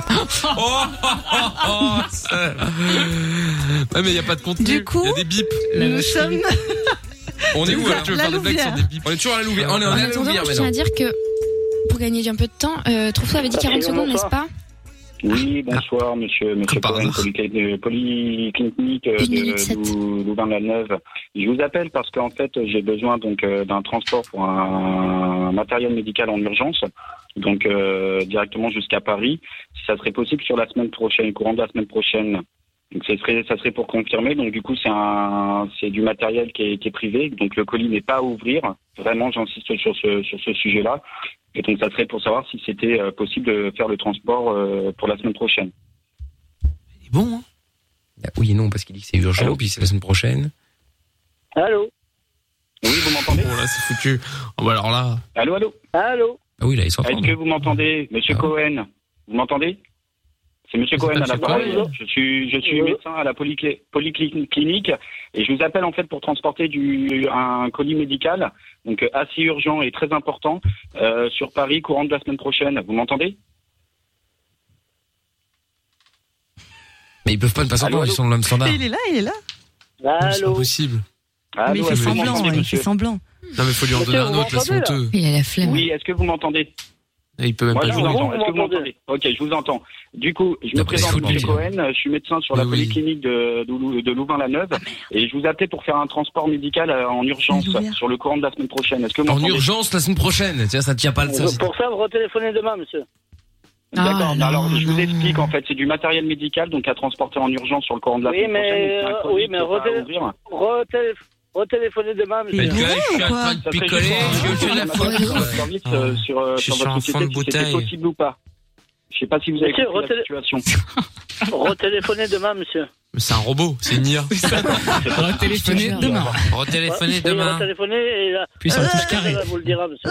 Ouais, mais y a pas de contenu. Du coup, y a des bips. Nous sommes. On est où là? Tu veux faire des blagues sur des bips? On est toujours à la Louvière. On est à la Louvière maintenant. Je tiens à dire que pour gagner un peu de temps, Trouve-toi avait dit 40 secondes, n'est-ce pas? Oui, bonsoir, monsieur Cohen, Polyclinique de Louvain-la-Neuve. Je vous appelle parce qu'en fait, j'ai besoin donc d'un transport pour un matériel médical en urgence, donc directement jusqu'à Paris. Si ça serait possible sur la semaine prochaine, courant de la semaine prochaine. Donc ça serait pour confirmer. Donc du coup, c'est du matériel qui est privé. Donc le colis n'est pas à ouvrir. Vraiment, j'insiste sur ce sujet-là. Et donc ça serait pour savoir si c'était possible de faire le transport pour la semaine prochaine. C'est bon, hein? Oui et non, parce qu'il dit que c'est urgent. Allô? Puis c'est la semaine prochaine. Allô? Oui, vous m'entendez? Oh là, c'est foutu. Oh bah alors là. Allô? Allô? Ah oui, là, ils s'entendent. Est-ce que vous m'entendez, monsieur Cohen? Vous m'entendez? C'est monsieur Cohen à l'appareil. Je suis médecin à la polyclinique et je vous appelle en fait pour transporter un colis médical, donc assez urgent et très important, sur Paris courant de la semaine prochaine. Vous m'entendez? Mais ils peuvent pas ne pas s'entendre, ils sont dans le même standard. Il est là. C'est pas possible. Mais il fait semblant. Non mais faut lui en donner un autre, là, c'est honteux. Il a la flemme. Oui, est-ce que vous m'entendez? Il peut même Moi, pas je vous jouer. entends. Est-ce que vous m'entendez? Ok, je vous entends. Du coup, je me présente, monsieur Cohen. Je suis médecin sur la polyclinique de Louvain-la-Neuve. Et je vous appelais pour faire un transport médical en urgence sur le courant de la semaine prochaine. Est-ce que vous m'entendez? En urgence la semaine prochaine. Tiens, ça tient pas le sens. Pour ça, vous retéléphonez demain, monsieur. D'accord. Alors, je vous explique. En fait, c'est du matériel médical, donc à transporter en urgence sur le courant de la semaine prochaine. Oui, mais retéléphonez demain, monsieur. Mais je suis en train de picoler, je la service sur votre société, si c'était possible ou pas. Je sais pas si vous avez compris la situation. Retéléphonez demain, monsieur. C'est un robot, c'est une IA. Retéléphonez demain. Retéléphonez demain. Retéléphonez et là. Puis sur la touche carrée. Vous le dira, monsieur.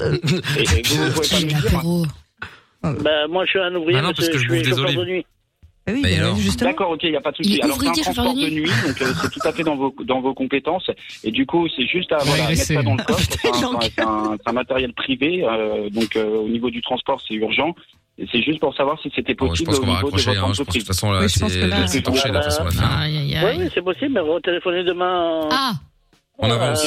Et vous pouvez pas me dire. Bah, moi, je suis un ouvrier, non, parce que je suis chauffeur de nuit. Oui, justement. D'accord, ok, il n'y a pas de souci. Alors, c'est un transport de nuit, donc c'est tout à fait dans vos compétences. Et du coup, c'est juste à mettre ça dans le coffre. C'est un matériel privé, donc au niveau du transport, c'est urgent. Et c'est juste pour savoir si c'était possible au niveau de votre entreprise. De toute façon, là, c'est torché, là, de toute façon, Oui, c'est possible, mais retéléphonez demain. En avance.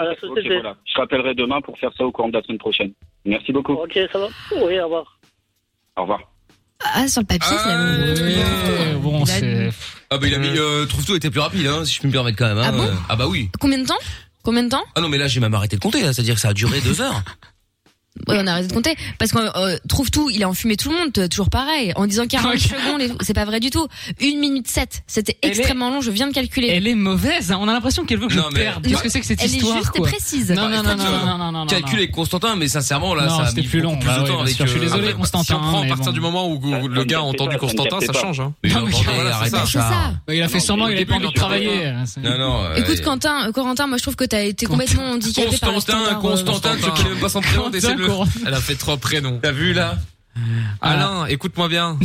Je rappellerai demain pour faire ça au courant de la semaine prochaine. Merci beaucoup. Ok, ça va. Oui, au revoir. Au revoir. Ah, sur le papier, c'est la même. Bon, c'est. Ah, bah, il a mis, Trouve-Tout était plus rapide, hein, si je peux me permettre quand même, hein. Ah bon? Ah, bah oui. Combien de temps? Ah non, mais là, j'ai même arrêté de compter, là. C'est-à-dire que ça a duré 2 heures. Ouais, on a arrêté de compter. Parce qu'on Trouve-Tout, il a enfumé tout le monde, toujours pareil. En disant 40 secondes, c'est pas vrai du tout. 1 minute 7. C'était extrêmement long, je viens de calculer. Elle est mauvaise, hein. On a l'impression qu'elle veut que je perde. Qu'est-ce que c'est que cette histoire? Elle est juste et précise. Non. Calcul avec Constantin, mais sincèrement, là, ça a mis plus long. Plus de temps avec. Je suis désolé, Constantin. Si on prend à partir du moment où le gars a entendu Constantin, ça change, hein. Arrête ça. Il a fait sûrement, il avait pas envie de travailler. Non. Écoute, Corentin, moi je trouve que t'as été complètement handicapé par le standard. Constantin, tu connais même pas son prénom, essaie-le. Elle a fait 3 prénoms. T'as vu, là? Alain, écoute-moi bien.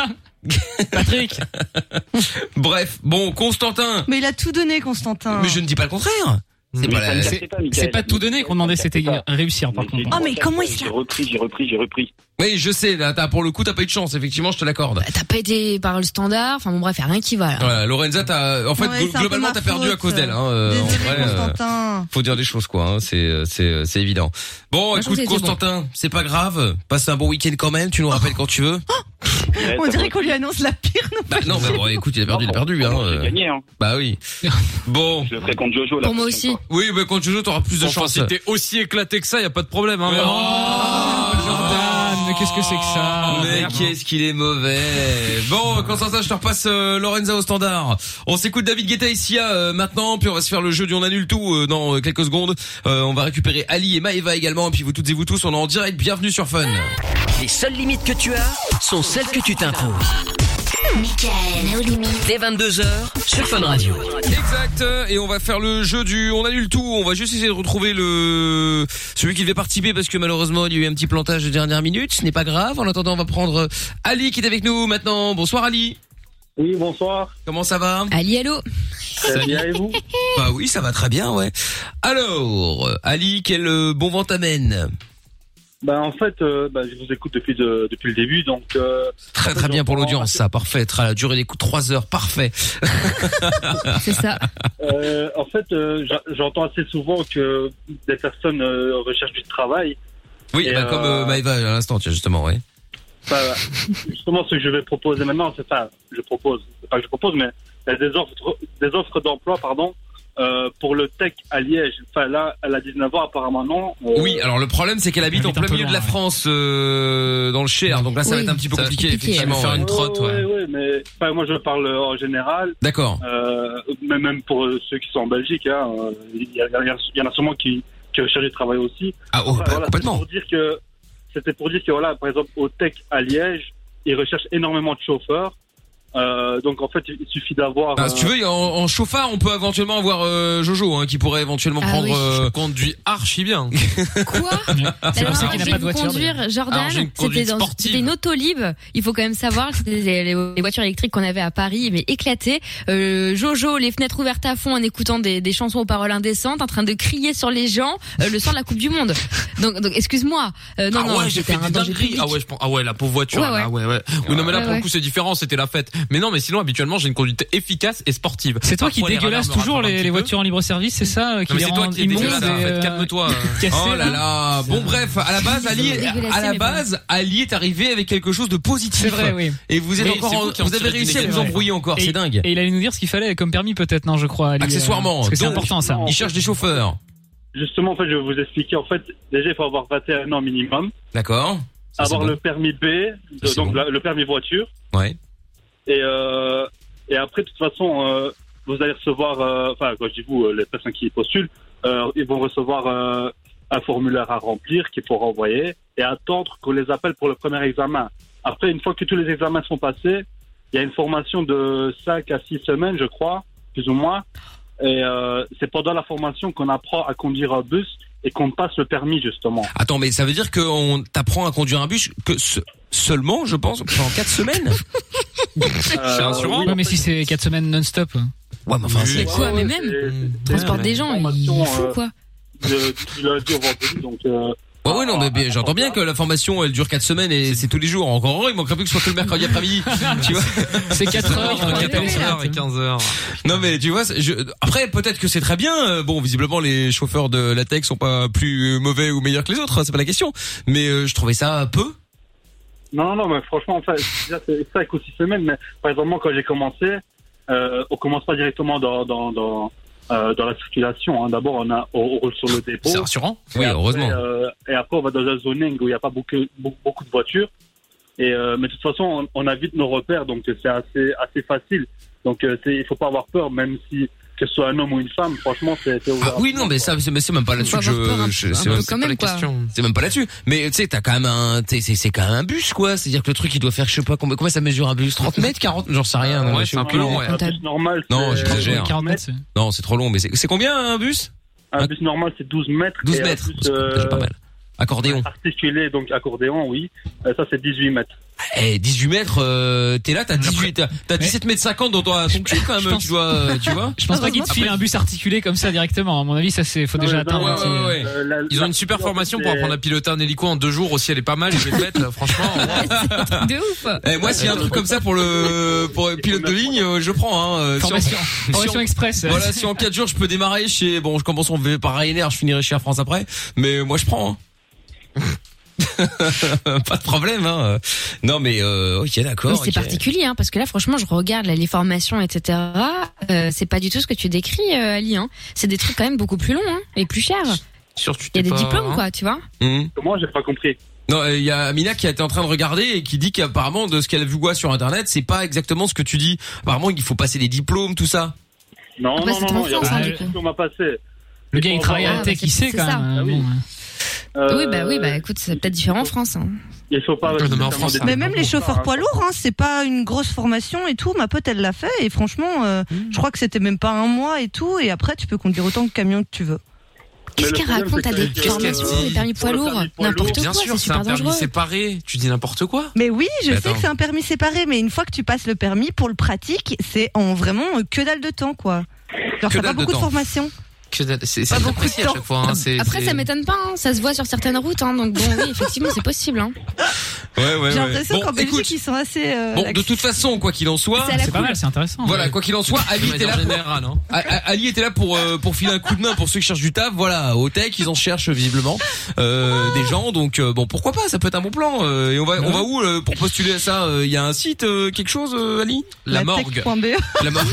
Patrick. Bref, bon, Constantin. Mais il a tout donné, Constantin. Mais je ne dis pas le contraire. C'est pas tout donné qu'on demandait, c'était réussir par contre. Oh mais comment il se J'ai repris. Oui, je sais, là, pour le coup, t'as pas eu de chance, effectivement, je te l'accorde. T'as pas été par le standard, enfin bon bref, y a rien qui va, là. Voilà, Lorenza, en fait, globalement, t'as perdu à cause d'elle, hein. Désolé, Constantin. Faut dire des choses, quoi, hein. C'est évident. Bon, écoute, Constantin, c'est pas grave. Passe un bon week-end quand même, tu nous rappelles quand tu veux. On dirait qu'on lui annonce la pire nouvelle. Non, mais bon, écoute, il a perdu, hein. J'ai gagné, hein. Bah oui. Bon. Je le ferai contre Jojo, là. Pour moi aussi. Oui, mais contre Jojo, t'auras plus de chance. Si t'es aussi éclaté que ça, y a pas de problème, hein. Jordan, mais qu'est-ce que c'est que ça? Mais qu'est-ce qu'il est mauvais. Bon, Constantin, je te repasse Lorenza au standard. On s'écoute David Guetta et Sia maintenant, puis on va se faire le jeu du on annule tout dans quelques secondes. On va récupérer Ali et Maëva également, et puis vous toutes et vous tous, on est en direct. Bienvenue sur Fun. Les seules limites que tu as sont celles que tu t'imposes. Mickaël, nos limites. Dès 22h sur Fun Radio. Exact. Et on va faire le jeu du on annule tout. On va juste essayer de retrouver celui qui devait participer parce que malheureusement il y a eu un petit plantage de dernière minute. Ce n'est pas grave. En attendant, on va prendre Ali qui est avec nous maintenant. Bonsoir Ali. Oui, bonsoir. Comment ça va? Ali, allô? Très bien, et vous? Bah oui, ça va très bien, ouais. Alors, Ali, quel bon vent t'amène? En fait, je vous écoute depuis le début, donc très bien pour l'audience, ça, parfait. La durée d'écoute 3 heures, parfait. C'est ça. En fait, j'entends assez souvent que des personnes recherchent du travail. Oui, comme Maëva à l'instant, tiens, justement, oui. Justement, ce que je vais proposer maintenant, c'est pas que je propose, mais il y a des offres d'emploi, pardon. Pour le tech à Liège. Enfin là, elle a 19 ans apparemment non. Oui, alors le problème c'est qu'elle habite en plein milieu de la France, dans le Cher, donc là ça va être un petit peu compliqué effectivement. Faire une trotte, ouais. Oui, mais moi je parle en général. D'accord. Mais même pour ceux qui sont en Belgique, il y en a sûrement qui recherchent du travail aussi. Ah complètement. C'était pour dire que voilà, par exemple au tech à Liège, ils recherchent énormément de chauffeurs. Donc en fait il suffit d'avoir si tu veux en chauffard on peut éventuellement avoir Jojo qui pourrait éventuellement prendre je conduis archi bien. Quoi? C'est pour ça qu'il n'a pas de voiture. Conduire Jordan, c'était une Autolib, il faut quand même savoir que c'était les voitures électriques qu'on avait à Paris mais éclatées. Jojo les fenêtres ouvertes à fond en écoutant des chansons aux paroles indécentes en train de crier sur les gens le soir de la Coupe du Monde. Donc excuse-moi. Non, j'ai fait des dingueries. La pauvre voiture. Ouais. Oui, non mais là pour le coup c'est différent, c'était la fête. Mais non, mais sinon habituellement j'ai une conduite efficace et sportive. C'est toi qui dégueulasse toujours les voitures en libre service, c'est ça qui les rend immondes. Calme-toi. Oh là là. Bon bref, à la base, Ali est arrivé avec quelque chose de positif. C'est vrai, oui. Et vous avez réussi à vous embrouiller encore, c'est dingue. Et il allait nous dire ce qu'il fallait comme permis peut-être, non, je crois. Ali, accessoirement. Parce que c'est important ça. Il cherche des chauffeurs. Justement, en fait, je vais vous expliquer. En fait, déjà, il faut avoir 21 ans minimum. D'accord. Avoir le permis B, donc le permis voiture. Ouais. Et après, de toute façon, vous allez recevoir, quand je dis vous, les personnes qui postulent, ils vont recevoir un formulaire à remplir qu'il faut renvoyer et attendre qu'on les appelle pour le premier examen. Après, une fois que tous les examens sont passés, il y a une formation de 5 à 6 semaines, je crois, plus ou moins. Et c'est pendant la formation qu'on apprend à conduire un bus et qu'on passe le permis, justement. Attends, mais ça veut dire qu'on t'apprend à conduire un bus que seulement, je pense, en 4 semaines? C'est rassurant. Oui, mais si c'est 4 semaines non-stop. Ouais, mais enfin, c'est quoi, mais même transporte des gens, il est fou, quoi. Du lundi au vendredi, donc. Oui, non, mais j'entends bien que la formation, elle dure 4 semaines et c'est tous les jours. Encore heureux, il manquerait plus que ce soit que le mercredi après-midi. Tu vois? C'est 4 heures, 4h et 15h. Non, mais tu vois, après, peut-être que c'est très bien. Bon, visiblement, les chauffeurs de la tech sont pas plus mauvais ou meilleurs que les autres, c'est pas la question. Mais je trouvais ça peu. Non, mais franchement, enfin, c'est 5 ou 6 semaines, mais par exemple, moi, quand j'ai commencé, on commence pas directement dans la circulation. D'abord, on roule sur le dépôt. C'est rassurant. Oui, heureusement. Et après, on va dans un zoning où il n'y a pas beaucoup de voitures. Mais de toute façon, on a vite nos repères, donc c'est assez facile. Donc, il faut pas avoir peur, même si que ce soit un homme ou une femme, franchement, c'est ouvert. Ah oui, non, mais ça, c'est même pas là-dessus que c'est même pas la question. C'est même pas là-dessus. Mais tu sais, t'as quand même c'est quand même un bus, quoi. C'est-à-dire que le truc, il doit faire, je sais pas combien ça mesure un bus, 30 mètres, 40, j'en sais rien. Ouais, c'est un peu long, ouais. Un bus normal. Non, j'exagère. 40 mètres. Non, c'est trop long, mais c'est combien un bus? Un bus normal, c'est 12 mètres. 12 mètres. C'est pas mal. Accordéon. Articulé, donc accordéon, oui. Ça, c'est 18 mètres. 18 mètres, t'es là, t'as 17 mètres 50 dans ton cul quand même, tu vois. Je pense pas qu'ils te filent un bus articulé comme ça directement. À mon avis, ça faut déjà atteindre. Ils ont une super formation pour apprendre à piloter un hélico en 2 jours aussi, elle est pas mal, je vais te mettre, franchement. De ouf. Moi, s'il y a un truc comme ça pour pilote de ligne, je prends, Formation express. Voilà, si en 4 jours je peux démarrer je commence par Ryanair, je finirai chez Air France après, mais moi je prends, pas de problème, hein. Non mais ok, d'accord. Oui, c'est particulier, parce que là, franchement, je regarde les formations, etc. C'est pas du tout ce que tu décris, Ali. C'est des trucs quand même beaucoup plus longs, et plus chers. Il y a des diplômes, quoi, tu vois. Comment? J'ai pas compris. Non, il y a Amina qui a été en train de regarder et qui dit qu'apparemment de ce qu'elle a vu sur internet, c'est pas exactement ce que tu dis. Apparemment, il faut passer des diplômes, tout ça. Non, il y a pas de diplôme à passer. Le gars, il travaille à la tech, il sait quand même. Oui, écoute, c'est peut-être différent en France. Il faut pas. Mais même les chauffeurs poids lourds, c'est pas une grosse formation et tout. Ma pote, elle l'a fait et franchement, je crois que c'était même pas 1 mois et tout. Et après, tu peux conduire autant de camions que tu veux. Qu'est-ce qu'elle raconte? T'as des formations, des permis poids lourds, n'importe quoi. Bien sûr, c'est un permis séparé. Tu dis n'importe quoi. Mais oui, je sais que c'est un permis séparé, mais une fois que tu passes le permis pour le pratique, c'est en vraiment que dalle de temps, quoi. Genre, t'as pas beaucoup de formation. C'est très précis à chaque fois. Hein. Après, ça m'étonne pas. Hein. Ça se voit sur certaines routes. Hein. Donc bon, oui, effectivement, c'est possible. Hein. J'ai l'impression qu'en Belgique, ils sont assez. Bon, de toute façon, quoi qu'il en soit, c'est pas mal, c'est intéressent. Voilà, quoi qu'il en soit, Ali était là. Ali était là pour filer un coup de main pour ceux qui cherchent du taf. Voilà, au tech, ils en cherchent visiblement des gens. Donc bon, pourquoi pas, ça peut être un bon plan. Et on va où pour postuler à ça? Il y a un site, quelque chose, Ali? La morgue. La morgue.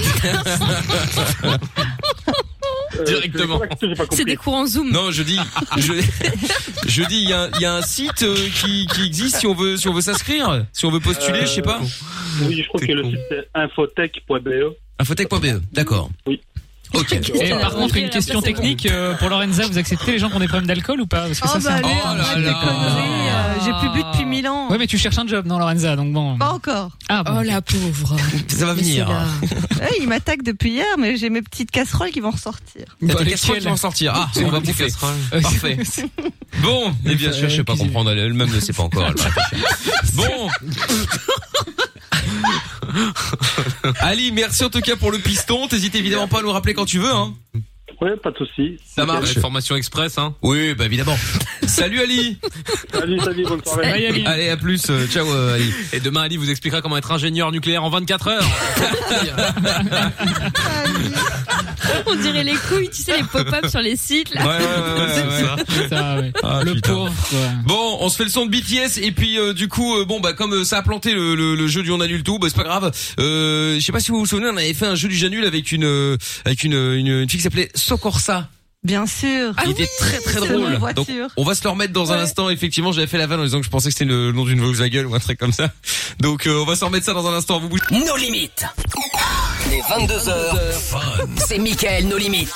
Directement. C'est des cours en Zoom. Non, je dis, il y a un site qui existe si on veut s'inscrire, si on veut postuler, je sais pas. Oui, je crois que le site c'est infotech.be. Infotech.be, d'accord. Oui. Ok. Et par contre, une question technique pour Lorenza, vous acceptez les gens qui ont des problèmes d'alcool ou pas? Parce que ça, c'est j'ai plus bu depuis 1000 ans. Ouais, mais tu cherches un job, non, Lorenza, donc bon. Pas encore. Ah bon. Oh la pauvre. Ça va venir. Ouais, il m'attaque depuis hier, mais j'ai mes petites casseroles qui vont ressortir. Tes casseroles qui vont sortir. Ah, on va bouffer. Parfait. Bon, et bien sûr, je sais pas comprendre. Elle-même ne sait pas encore. Bon. Ali, merci en tout cas pour le piston. T'hésites évidemment pas à nous rappeler quand tu veux, hein. Ouais, pas de souci. Ça marche. Formation express, hein. Oui, bah évidemment. Salut Ali. Salut, bonne soirée. Bye, Ali. Allez, à plus. Ciao Ali. Et demain, Ali vous expliquera comment être ingénieur nucléaire en 24 heures. On dirait les couilles, tu sais, les pop-up sur les sites, là. Ouais. Ah, le pauvre. Bon, on se fait le son de BTS et puis du coup, comme ça a planté le jeu du on annule tout, c'est pas grave. Je sais pas si vous vous souvenez, on avait fait un jeu du j'annule avec une fille qui s'appelait Socorsa. Bien sûr. Il était très très drôle. Donc, on va se le remettre dans un instant. Effectivement, j'avais fait la vanne en disant que je pensais que c'était le nom d'une Volkswagen ou un truc comme ça. Donc, on va se remettre ça dans un instant. Vous bougez. Nos limites. Les 22h. C'est Mickaël, nos limites.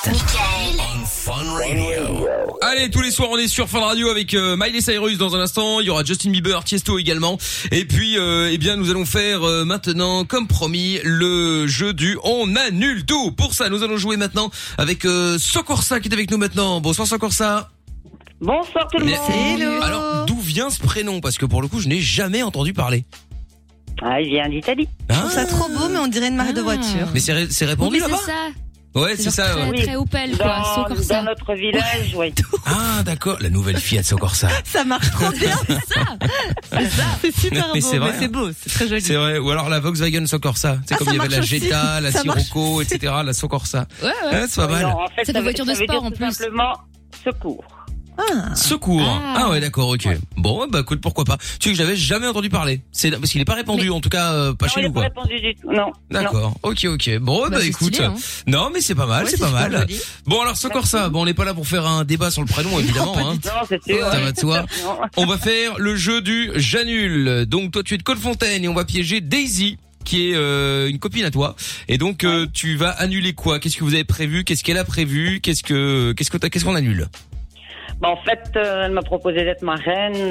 Allez, tous les soirs, on est sur Fun Radio avec Miley Cyrus dans un instant. Il y aura Justin Bieber, Tiesto également. Et puis, nous allons faire maintenant, comme promis, le jeu du on annule tout. Pour ça, nous allons jouer maintenant avec Socorsa qui est avec nous maintenant. Bonsoir Socorsa. Bonsoir tout le monde. Alors, d'où vient ce prénom? Parce que pour le coup, je n'ai jamais entendu parler. Ah, il vient d'Italie. Je trouve ça trop beau, mais on dirait une marque de voiture. Mais c'est répandu là-bas? C'est ça. Ouais, c'est ça. Très Opel, quoi. Socorsa. Dans notre village, oui. Ah, d'accord. La nouvelle Fiat Socorsa. Ça marche trop bien. C'est ça. C'est super beau. C'est vrai. Mais c'est beau. C'est très joli. C'est vrai. Ou alors la Volkswagen Socorsa. C'est comme il y avait la Jetta, la Sirocco, etc. La Socorsa. Ouais. C'est pas mal. Non, en fait, c'est une voiture de sport en plus. Simplement secours. Secours. Ah ouais, d'accord, ok. Ouais. Bon, bah écoute, pourquoi pas. Tu sais que j'avais jamais entendu parler. C'est parce qu'il est pas répandu, en tout cas pas chez nous, quoi. Il est pas répandu du tout. Non. D'accord. Ok. Bon, bah écoute. Stylé, hein. Non, mais c'est pas mal, c'est pas mal. Joli. Bon, alors Socorsa, on n'est pas là pour faire un débat sur le prénom, évidemment. Non, c'est sûr. Ça va de soi. On va faire le jeu du j'annule. Donc toi, tu es de Colfontaine et on va piéger Daisy, qui est une copine à toi, et donc tu vas annuler quoi? Qu'est-ce que vous avez prévu? Qu'est-ce qu'elle a prévu? Qu'est-ce qu'on annule? En fait, elle m'a proposé d'être marraine.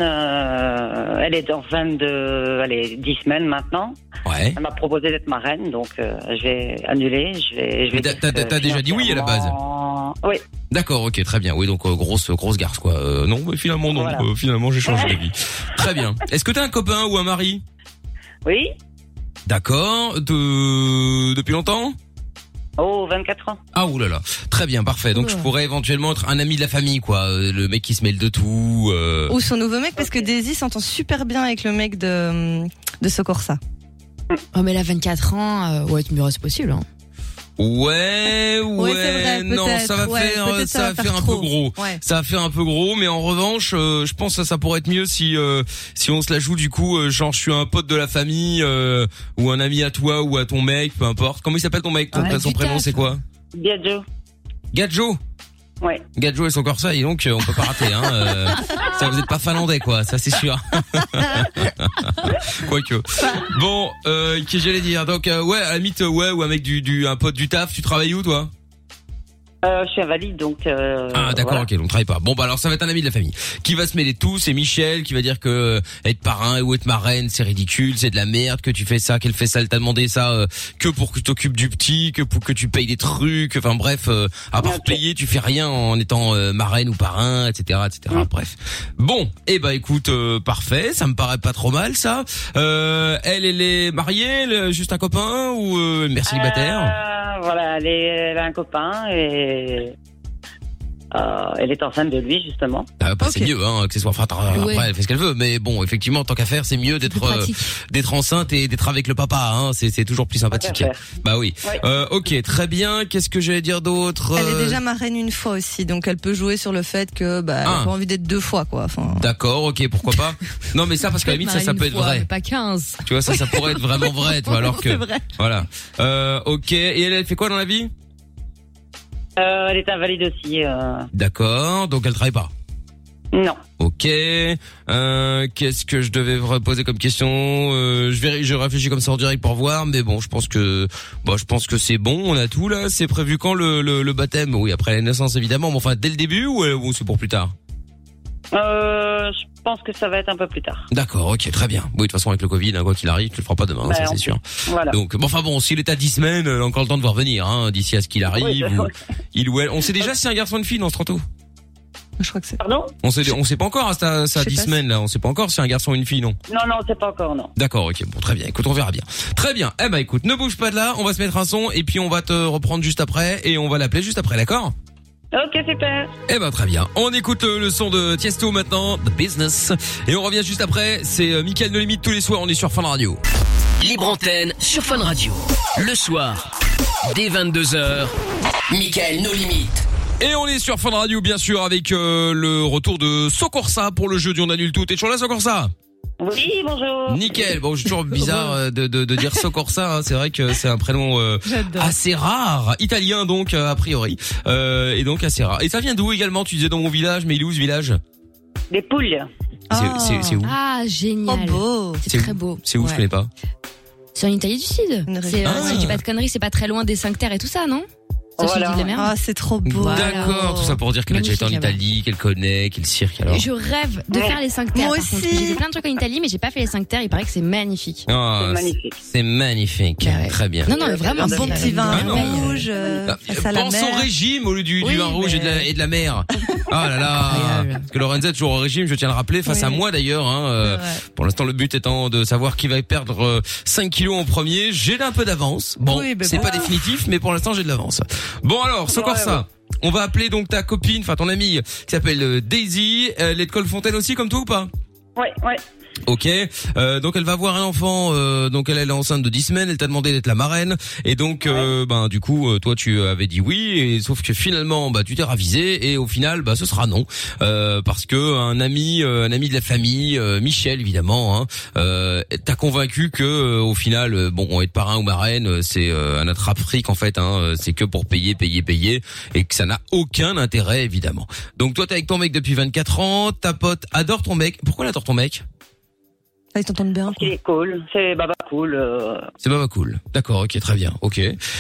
Elle est enceinte de 10 semaines maintenant. Ouais. Elle m'a proposé d'être marraine, donc je vais annuler. Mais t'as déjà dit oui à la base? Oui. D'accord, ok, très bien. Oui, donc grosse garce, quoi. Non, mais finalement non. Voilà. Finalement, j'ai changé d'avis. Très bien. Est-ce que t'as un copain ou un mari? Oui. D'accord. Depuis longtemps? Oh, 24 ans. Ah, oulala. Très bien, parfait. Donc, je pourrais éventuellement être un ami de la famille, quoi. Le mec qui se mêle de tout. Ou son nouveau mec, parce que Daisy s'entend super bien avec le mec de Socorsa. Oh, mais elle a 24 ans, ouais, c'est possible, hein. Ouais, vrai, non, ça va faire un peu gros. Ouais. Ça va faire un peu gros, mais en revanche, je pense que ça pourrait être mieux si on se la joue du coup, genre je suis un pote de la famille ou un ami à toi ou à ton mec, peu importe. Comment il s'appelle ton mec? Son prénom c'est quoi? Gadjo. Gadjo. Ouais. Gadjo et son corsa, et donc on peut pas rater, hein. Ça, vous êtes pas finlandais, quoi, ça c'est sûr. Quoique. Bon, qu'est-ce que j'allais dire? Donc ouais, à la limite, ouais, ou un mec un pote du taf. Tu travailles où, toi? Je suis invalide, donc. Ah d'accord, voilà. ok, donc travaille pas. Bon bah alors ça va être un ami de la famille qui va se mêler de tout. C'est Michel qui va dire que être parrain ou être marraine c'est ridicule, c'est de la merde, que tu fais ça, qu'elle fait ça, elle t'a demandé ça que pour que tu t'occupes du petit, que pour que tu payes des trucs. Enfin bref, à part payer, tu fais rien en étant marraine ou parrain, etc., etc. Bref. Bon, et bah écoute, parfait, ça me paraît pas trop mal ça. Elle est mariée, juste un copain ou mère célibataire? Voilà, elle a un copain et Elle est enceinte de lui, justement. C'est mieux, hein, que ce soit. Enfin, après, elle fait ce qu'elle veut, mais bon, effectivement, tant qu'à faire, c'est mieux d'être enceinte et d'être avec le papa. Hein, c'est toujours plus sympathique. Bah oui. Ouais. Ok, très bien. Qu'est-ce que j'allais dire d'autre? Elle est déjà marraine une fois aussi, donc elle peut jouer sur le fait que elle a pas envie d'être 2 fois, quoi. Enfin. D'accord, ok, pourquoi pas? Non, mais ça, parce qu'à la limite, ça peut être vrai. Mais pas 15. Tu vois, ça pourrait être vraiment vrai, tu vois, alors que. C'est vrai. Voilà. Ok. Et elle fait quoi dans la vie? Elle est invalide aussi. D'accord, donc elle travaille pas. Non. Ok. Qu'est-ce que je devais vous poser comme question? Je réfléchis comme ça en direct pour voir, mais bon, je pense que c'est bon. On a tout là. C'est prévu quand le baptême? Oui, après la naissance évidemment. Mais enfin, dès le début ou c'est pour plus tard? Je pense que ça va être un peu plus tard. D'accord, ok, très bien. Oui, de toute façon, avec le Covid, quoi qu'il arrive, tu le feras pas demain, ça c'est sûr. Voilà. Donc, bon, s'il est à 10 semaines, il a encore le temps de voir venir, hein, d'ici à ce qu'il arrive. Oui, il ou elle. On sait déjà si c'est un garçon ou une fille, non, c'est trop tôt. Je crois que c'est. Pardon? On sait pas encore, ça a 10 semaines, là. On sait pas encore si c'est un garçon ou une fille, non? Non, c'est pas encore, non. D'accord, ok, bon, très bien. Écoute, on verra bien. Très bien. Eh ben, écoute, ne bouge pas de là, on va se mettre un son, et puis on va te reprendre juste après, et on va l'appeler juste après, d'accord? Ok, super. Eh ben très bien. On écoute le son de Tiesto maintenant, The Business. Et on revient juste après. C'est Mickaël No Limite tous les soirs. On est sur Fun Radio. Libre antenne sur Fun Radio. Le soir, dès 22h, Mickaël No Limite. Et on est sur Fun Radio bien sûr avec le retour de Socorsa pour le jeu du On annule tout. T'es toujours là, Socorsa? Oui, bonjour. Nickel. Bon, c'est toujours bizarre de dire Socorsa. Hein. C'est vrai que c'est un prénom assez rare, italien donc a priori, et donc assez rare. Et ça vient d'où également? Tu disais dans mon village, mais il est où ce village? Des Pouilles. C'est où? Ah, génial. Beau. C'est très beau. C'est où? Je connais pas. C'est en Italie du Sud. Si je dis pas de conneries, c'est pas très loin des 5 terres et tout ça, non? Voilà. C'est trop beau. D'accord, tout ça pour dire qu'elle a déjà été en Italie, qu'elle connaît, qu'elle cirque alors. Je rêve de faire les 5 terres. Moi aussi. J'ai fait plein de trucs en Italie, mais j'ai pas fait les 5 terres. Il paraît que c'est magnifique. C'est magnifique. C'est magnifique. Ouais. Très bien. Non, mais vraiment. Un bon petit vin rouge. Pense au régime au lieu du vin rouge et de la mer. Ah là là. Parce que Lorenza est toujours au régime, je tiens à le rappeler, face à moi d'ailleurs. Hein, pour l'instant, le but étant de savoir qui va perdre 5 kilos en premier. J'ai un peu d'avance. Bon, c'est pas définitif, mais pour l'instant, j'ai de l'avance. Bon alors, Socorsa. On va appeler donc ta copine, enfin ton amie qui s'appelle Daisy. Elle est de Colfontaine aussi comme toi ou pas? Ouais. Ok, donc elle va avoir un enfant, donc elle est enceinte de 10 semaines, elle t'a demandé d'être la marraine, et donc du coup toi tu avais dit oui, et sauf que finalement tu t'es ravisé, et au final ce sera non, parce que un ami de la famille, Michel évidemment, t'a convaincu que au final être parrain ou marraine c'est un attrape-fric en fait, c'est que pour payer, et que ça n'a aucun intérêt évidemment. Donc toi t'es avec ton mec depuis 24 ans, ta pote adore ton mec. Pourquoi elle adore ton mec? Ils t'entendent bien. Il est cool, c'est Baba Cool. C'est Baba Cool. D'accord, ok, très bien, ok.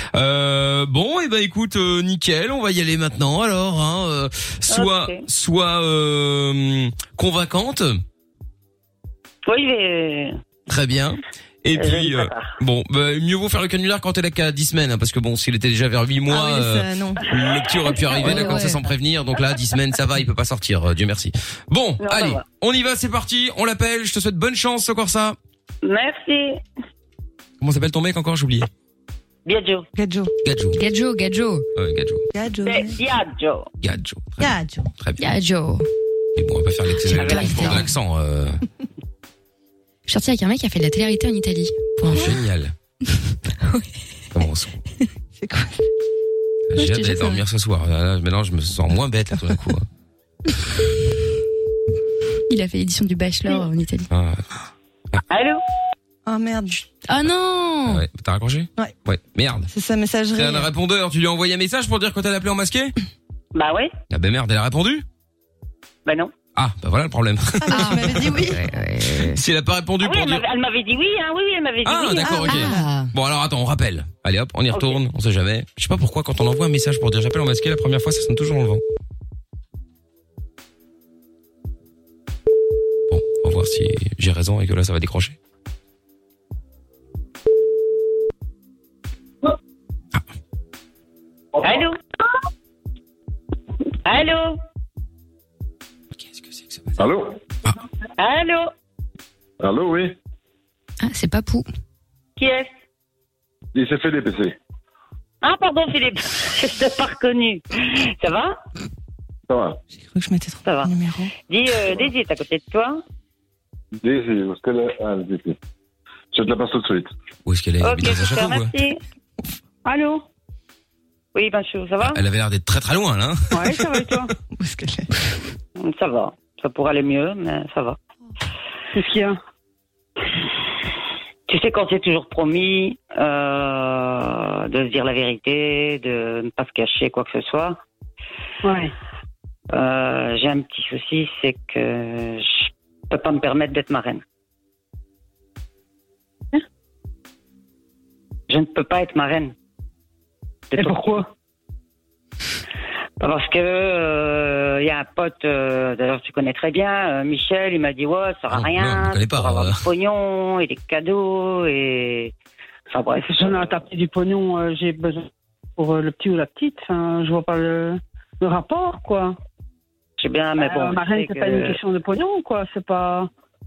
Bon, et écoute, nickel, on va y aller maintenant. Alors, soit convaincante. Oui, mais. Très bien. Et puis mieux vaut faire le canular quand elle a qu'à 10 semaines, parce que s'il était déjà vers 8 mois, le petit aurait pu arriver, d'accord, ça sans prévenir. Donc là, 10 semaines, ça va, il peut pas sortir, Dieu merci. Bon, allez, on y va, c'est parti, on l'appelle. Je te souhaite bonne chance, Socorsa. Merci. Comment s'appelle ton mec encore, j'ai oublié? Biagio. Gadjo. Ouais, Gadjo. Biagio. Très bien. Gadjo. Et bon, on va pas faire l'accent. Je suis sortie avec un mec qui a fait de la télé-réalité en Italie. Génial. Comment on sent? C'est quoi? J'ai hâte d'aller dormir ce soir. Là, maintenant, je me sens moins bête là tout d'un coup. Il a fait l'édition du Bachelor en Italie. Allô? Oh merde. Oh non! Ouais. T'as raccroché? Ouais. Merde. C'est sa messagerie. C'est un répondeur. Tu lui as envoyé un message pour dire que t'allais appeler en masqué? Bah oui. Ah merde, elle a répondu? Bah non. Ah, voilà le problème. Tu m'avais dit oui. Si elle a pas répondu pour dire... Elle m'avait dit oui, elle m'avait dit oui. Ah, d'accord, ok. Bon, alors attends, on rappelle. Allez hop, on y retourne, on sait jamais. Je sais pas pourquoi quand on envoie un message pour dire j'appelle en masqué, la première fois ça sonne toujours dans le vent. Bon, on va voir si j'ai raison et que là ça va décrocher. Allô? Qu'est-ce que c'est que ça? Allô? Allô, oui. Ah, c'est Papou. Qui est-ce? Et c'est Philippe ici. Ah, pardon, Philippe. Je t'ai pas reconnu. Ça va? Ça va. J'ai cru que je m'étais trompé le numéro. Dis, Daisy est à côté de toi? Daisy, où est-ce qu'elle est? Ah, Daisy. Je te la passe tout de suite. Où est-ce qu'elle est? Elle habite dans un château, quoi. Merci. Allô? Oui, bonjour, ça va? Elle avait l'air d'être très très loin, là. Ouais, ça va et toi? Où est-ce qu'elle est? Ça va. Ça pourrait aller mieux, mais ça va. Qu'est-ce qu'il y a? Tu sais, quand c'est toujours promis de se dire la vérité, de ne pas se cacher quoi que ce soit. Ouais. J'ai un petit souci, c'est que je peux pas me permettre d'être marraine. Je ne peux pas être marraine. Et pourquoi? Parce que y a un pote, d'ailleurs tu connais très bien, Michel, il m'a dit ouais, ça sert à rien, pour avoir du pognon et des cadeaux et enfin bref. J'en ai à taper du pognon, j'ai besoin pour le petit ou la petite. Enfin, je vois pas le rapport, quoi. Je sais bien, mais bon. Marraine, c'est pas une question de pognon, quoi. C'est pas.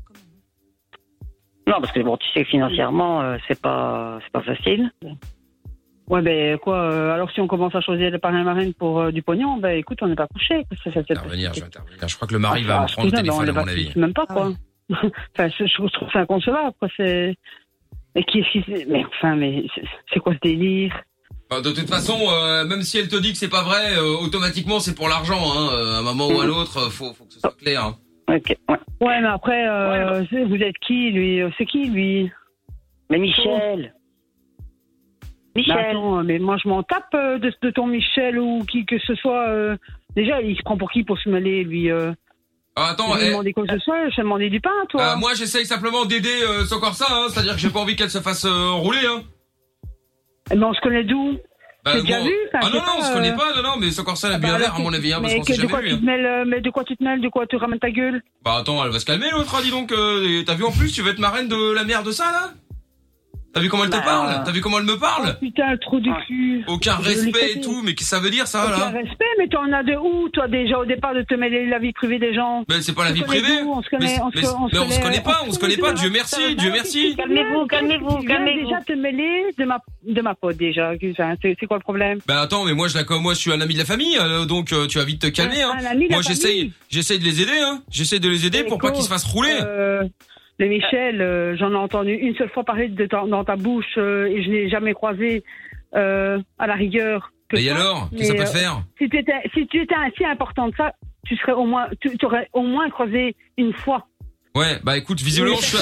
Non, parce que bon, tu sais que financièrement, c'est pas facile. Ouais, ben quoi, alors si on commence à choisir le parrain marraine pour du pognon, ben écoute, on n'est pas couché. Je vais intervenir. Je crois que le mari va me prendre le téléphone, à mon avis. Même pas, quoi. Enfin, je trouve ça inconcevable, quoi. C'est. Mais c'est quoi ce délire? De toute façon, même si elle te dit que c'est pas vrai, automatiquement c'est pour l'argent, hein. À un moment ou à l'autre, faut que ce soit clair. Hein. Ok. Ouais, mais après, vous êtes qui, lui? C'est qui, lui? Mais Michel. Mais attends, mais moi je m'en tape de ton Michel ou qui que ce soit. Déjà, il se prend pour qui pour se mêler, lui? Attends, je vais demander quoi que ce soit, je vais demander du pain, toi. Moi, j'essaye simplement d'aider son corps ça, hein. C'est-à-dire que j'ai pas envie qu'elle se fasse rouler, hein. Mais on se connaît d'où? T'as déjà vu? Non, on se connaît pas, non, mais son corps ça, elle a bu un verre, à mon avis, hein, parce qu'on s'est jamais vu. Mais de quoi tu te mêles? De quoi tu ramènes ta gueule? Bah attends, elle va se calmer, l'autre, dis donc. T'as vu en plus, tu veux être marraine de la mère de ça, là? T'as vu comment elle te parle? T'as vu comment elle me parle? Oh, putain, le trou du cul. Aucun respect et tout, mais qu'est-ce que ça veut dire ça, là? Aucun respect, mais t'en as de où, toi, déjà, au départ, de te mêler la vie privée des gens? Mais c'est pas la vie privée. On se connaît, mais on se connaît pas, Dieu merci. Calmez-vous. Tu viens déjà te mêler de ma pote, déjà. C'est quoi le problème? Bah attends, mais moi je suis un ami de la famille, donc tu vas vite te calmer, hein. Moi j'essaye de les aider, hein. J'essaie de les aider pour pas qu'ils se fassent rouler. Mais Michel, j'en ai entendu une seule fois parler dans ta bouche et je n'ai jamais croisé à la rigueur. Et alors, qu'est-ce que ça peut te faire? Si tu étais si important que ça, tu aurais au moins croisé une fois. Ouais, bah écoute, visiblement je suis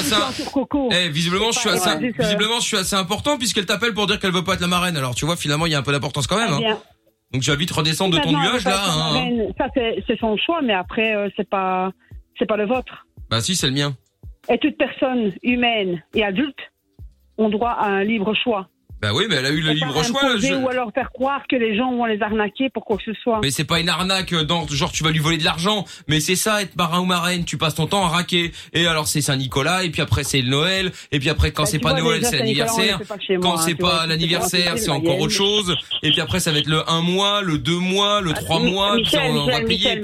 assez important puisqu'elle t'appelle pour dire qu'elle veut pas être la marraine. Alors tu vois, finalement il y a un peu d'importance quand même. Hein. Donc tu vas vite redescendre de ton nuage là. Hein. Ça c'est son choix, mais après c'est pas le vôtre. Bah si, c'est le mien. Et toute personne humaine et adulte ont droit à un libre choix. Bah oui, mais elle a eu le libre choix. Ou alors faire croire que les gens vont les arnaquer pour quoi que ce soit. Mais c'est pas une arnaque, genre tu vas lui voler de l'argent. Mais c'est ça, être marin ou marraine. Tu passes ton temps à raquer. Et alors c'est Saint-Nicolas, et puis après c'est le Noël, et puis après quand c'est pas Noël, c'est l'anniversaire. Quand c'est pas l'anniversaire, c'est encore autre chose. Et puis après ça va être le 1 mois, le 2 mois, le 3 mois. On va payer.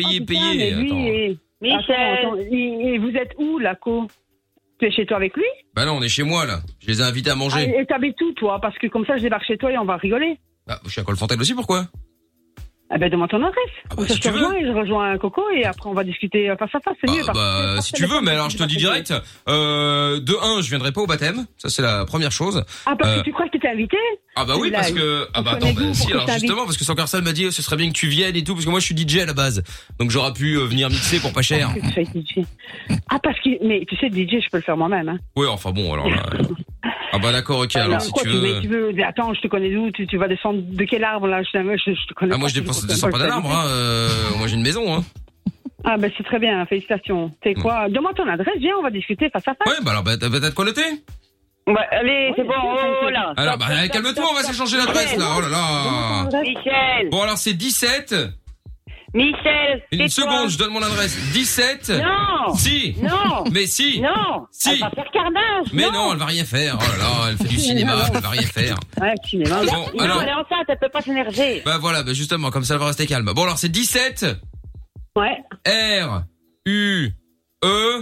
Michel. Et vous êtes où, Laco? Tu es chez toi avec lui? Bah non, on est chez moi, là. Je les ai invités à manger. Et t'habites où, toi? Parce que comme ça, je débarque chez toi et on va rigoler. Bah, je suis à Colfontaine aussi, pourquoi? Ah ben, demande ton adresse. Ah bah, si tu veux. Je rejoins Coco et après, on va discuter face à face. C'est mieux. Bah, si tu veux, mais alors, je te dis direct. De 1, je viendrai pas au baptême. Ça, c'est la première chose. Ah, parce que tu crois que t'étais invité? Ah bah oui, parce que... Ah bah attends, si, alors justement, parce que son Carsal m'a dit, ce serait bien que tu viennes et tout, parce que moi, je suis DJ à la base. Donc, j'aurais pu venir mixer pour pas cher. Ah, parce que... Mais tu sais, DJ, je peux le faire moi-même, hein. Oui, enfin bon, alors là... Ah bah d'accord, ok, alors si tu veux... Attends, je te connais d'où? Tu vas descendre de quel arbre, là? Je te connais pas. Ah, moi, je descends pas d'un arbre, hein. Moi, j'ai une maison, hein. Ah ben c'est très bien, félicitations. C'est quoi? Demande ton adresse, viens, on va discuter face à face. Ouais, bah alors, t'as de quoi noter? Bah, allez, c'est bon, oh là. Alors, bah, calme-toi, on va s'échanger l'adresse, là, oh là là. Michel. Bon, alors, c'est 17. Michel, une seconde, je donne mon adresse. 17. Non. Si. Non. Mais si. Non. Si. Elle va faire carnage. Mais non, elle va rien faire. Oh là là, elle fait du cinéma, elle va rien faire. Ouais, cinéma. Bon, alors. Elle est enceinte, elle peut pas s'énerver. Bah voilà, bah justement, comme ça, elle va rester calme. Bon, alors, c'est 17. Ouais. R. U. E.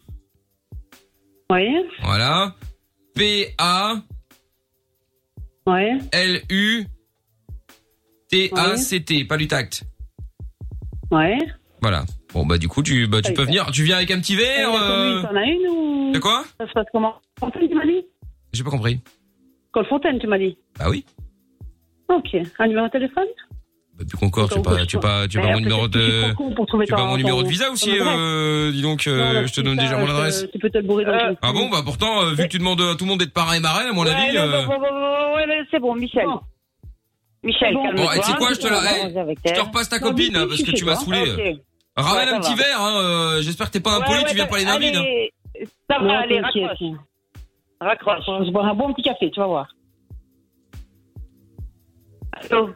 Oui. Voilà. P. A. Ouais. L. U. T. A. C. T. Pas du tact. Ouais. Voilà. Bon, bah, du coup, tu peux venir. Tu viens avec un petit verre, T'en as une ou? De quoi? Ça se passe comment? Fontaine, tu m'as dit? J'ai pas compris. Colfontaine, tu m'as dit? Bah oui. Ok. Un numéro de téléphone? Bah, puis encore, tu as pas mon numéro de, tu as pas mon numéro de visa aussi, dis donc, je te donne déjà mon adresse. Tu peux te le bourrer dans le... Ah bon, bah, pourtant, vu que tu demandes à tout le monde d'être parrain et marraine, à mon avis, Ouais, c'est bon, Michel. Michel, calme-toi. Bon, et tu sais quoi, je te repasse ta copine, parce que tu m'as saoulé. Ramène un petit verre, hein, j'espère que t'es pas impoli, tu viens pas les narines. Ça va, allez, raccroche. On se boire un bon petit café, tu vas voir. Allô?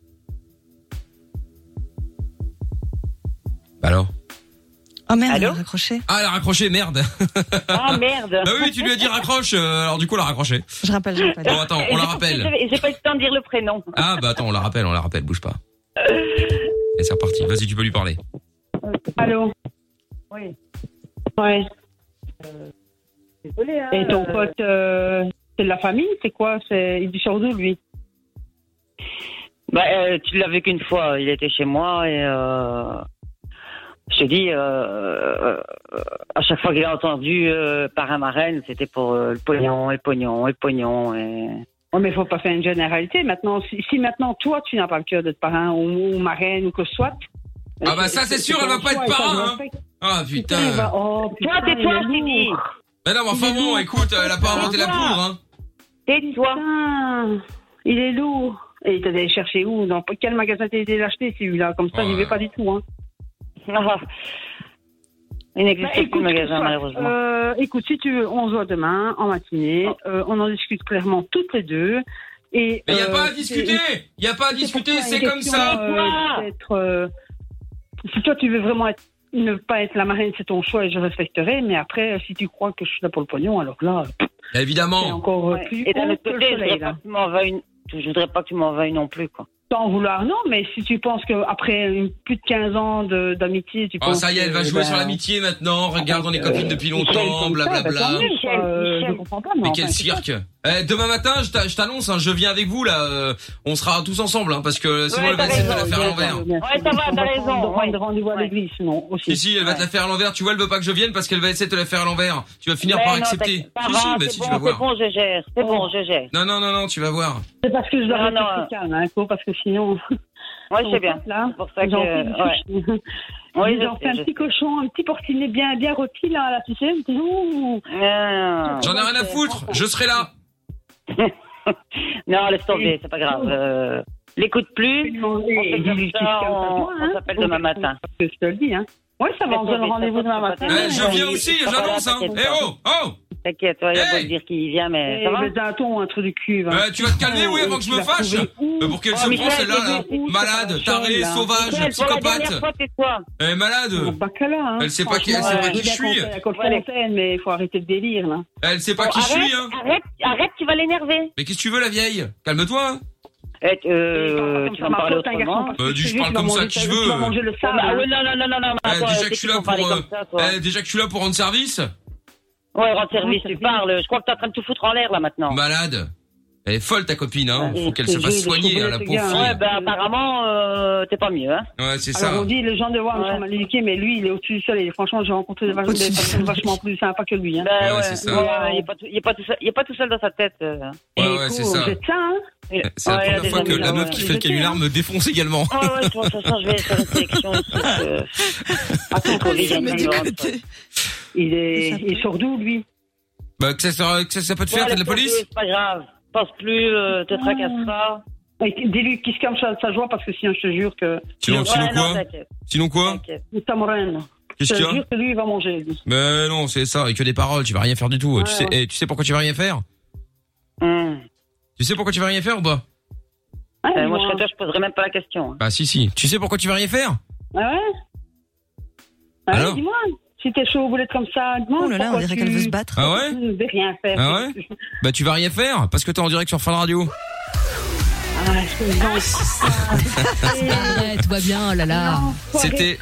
Alors? Oh merde, elle a raccroché. Ah, elle a raccroché, merde. Ah merde. Bah oui, tu lui as dit raccroche, alors du coup elle a raccroché. Je rappelle. Bon, attends, on la rappelle. J'ai pas eu le temps de dire le prénom. Ah bah attends, on la rappelle, bouge pas. Et c'est reparti, vas-y, tu peux lui parler. Allô? Oui. Ouais. Désolé, hein. Et ton pote, c'est de la famille? C'est quoi? Il est sur d'où, lui? Bah, tu l'as vu qu'une fois, il était chez moi et je te dis, à chaque fois qu'il a entendu parrain marraine, c'était pour le pognon. Oh, mais faut pas faire une généralité. Maintenant, si maintenant toi tu n'as pas le cœur d'être parrain ou marraine ou que ce soit. Ah bah ça c'est sûr, elle va pas être parrain, hein. Ah putain. Toi, tais-toi, je t'ai dit. Mais non, mais enfin bon, écoute, elle a pas inventé la poudre, hein. Tais-toi. Il est lourd. Et il t'a allé chercher où? Dans quel magasin t'as été l'acheter celui-là? Comme ça, j'y vais pas du tout, hein. Il n'existe plus de magasin, malheureusement. Écoute, si tu veux, on se voit demain, en matinée. On en discute clairement toutes les deux. Et, mais y a pas à discuter! Y a pas à discuter, c'est comme ça! Si toi tu veux vraiment ne pas être la marraine, c'est ton choix et je respecterai. Mais après, si tu crois que je suis là pour le pognon, alors là... Évidemment! C'est encore plus et d'un autre côté, je je voudrais pas que tu m'en veuilles non plus, quoi. Sans vouloir, non, mais si tu penses qu'après plus de 15 ans d'amitié, tu penses... Oh, ça y est, elle va jouer sur l'amitié maintenant. Regarde, on est copines depuis longtemps, blablabla. Je comprends pas, mais quel cirque. Demain matin, je t'annonce, hein, je viens avec vous, là. On sera tous ensemble, hein, parce que sinon elle va essayer de la faire à l'envers. Ouais, ça va, t'as raison. On va rendez-vous à l'église, sinon, aussi. Si, elle va te la faire à l'envers. Tu vois, elle veut pas que je vienne parce qu'elle va essayer de te la faire à l'envers. Tu vas finir par accepter. Si, tu vas voir. C'est bon, je gère. Non, tu vas voir. C'est parce que je dois rester calme, hein, parce que sinon... Ouais, je sais bien. C'est pour ça que... Oui, j'en fais un petit cochon, un petit porcinet bien rôti, là, tu sais. J'en ai rien à foutre, je serai là. Non, laisse tomber, c'est pas grave. L'écoute plus, on s'appelle demain matin. Je te le dis, hein. Ouais, ça va, on donne rendez-vous demain matin. Je viens aussi, j'annonce, hein. Oh! T'inquiète, il va dire qu'il vient, mais ça va. Mais d'un ton, un truc du cul, tu vas te calmer, oui, avant que je me fâche. Pour qu'elle se prend celle-là, là. Malade, taré, sauvage, psychopathe. Malade. Elle sait pas qui je suis. Mais il faut arrêter le délire, là. Elle sait pas qui je suis, hein. Arrête, tu vas l'énerver. Mais qu'est-ce que tu veux, la vieille? Calme-toi, hein. Tu vas me parler autrement. Je parle comme ça qui je veux. Non. Déjà que je suis là pour rendre service. Ouais, rendre service, tu parles. Je crois que t'es en train de tout foutre en l'air, là, maintenant. Malade. Elle est folle, ta copine, hein. Faut qu'elle se fasse soigner, hein, la pauvre fille. Ouais, apparemment, t'es pas mieux, hein. Ouais, c'est ça. Alors, on dit, les gens de voir sont mal éduqués, mais lui, il est au-dessus du soleil. Franchement, j'ai rencontré des personnes vachement plus sympas que lui, hein. Ouais, c'est ça. Il est pas tout seul dans sa tête. Ouais, c'est ça. C'est ça, hein. C'est la première fois que la meuf qui fait le canular me défonce également. Ouais, de toute façon, je vais faire une sélection ici. Attends, il est sur d'où, lui? Bah, que ça peut te faire, t'as de la police? C'est pas grave. Pense plus, te tracasse pas. Dis-lui qu'il se calme sa joie parce que sinon, je te jure que... Sinon quoi? Ta moraine. Qu'est-ce qu'il y a? Je te jure que lui, il va manger. Mais non, c'est ça, et que des paroles, tu vas rien faire du tout. Tu sais pourquoi tu vas rien faire? Tu sais pourquoi tu vas rien faire ou pas? Moi, je serais toi, je poserais même pas la question. Bah, si. Tu sais pourquoi tu vas rien faire? Ah ouais? Alors? Dis-moi. Si t'es chaud au boulette comme ça, dis-moi. Oh là là, on dirait qu'elle veut se battre. Ah ouais? Je vais rien faire. Ah ouais? Bah, tu vas rien faire parce que t'es en direct sur Fun Radio. Tout va bien, là là. C'était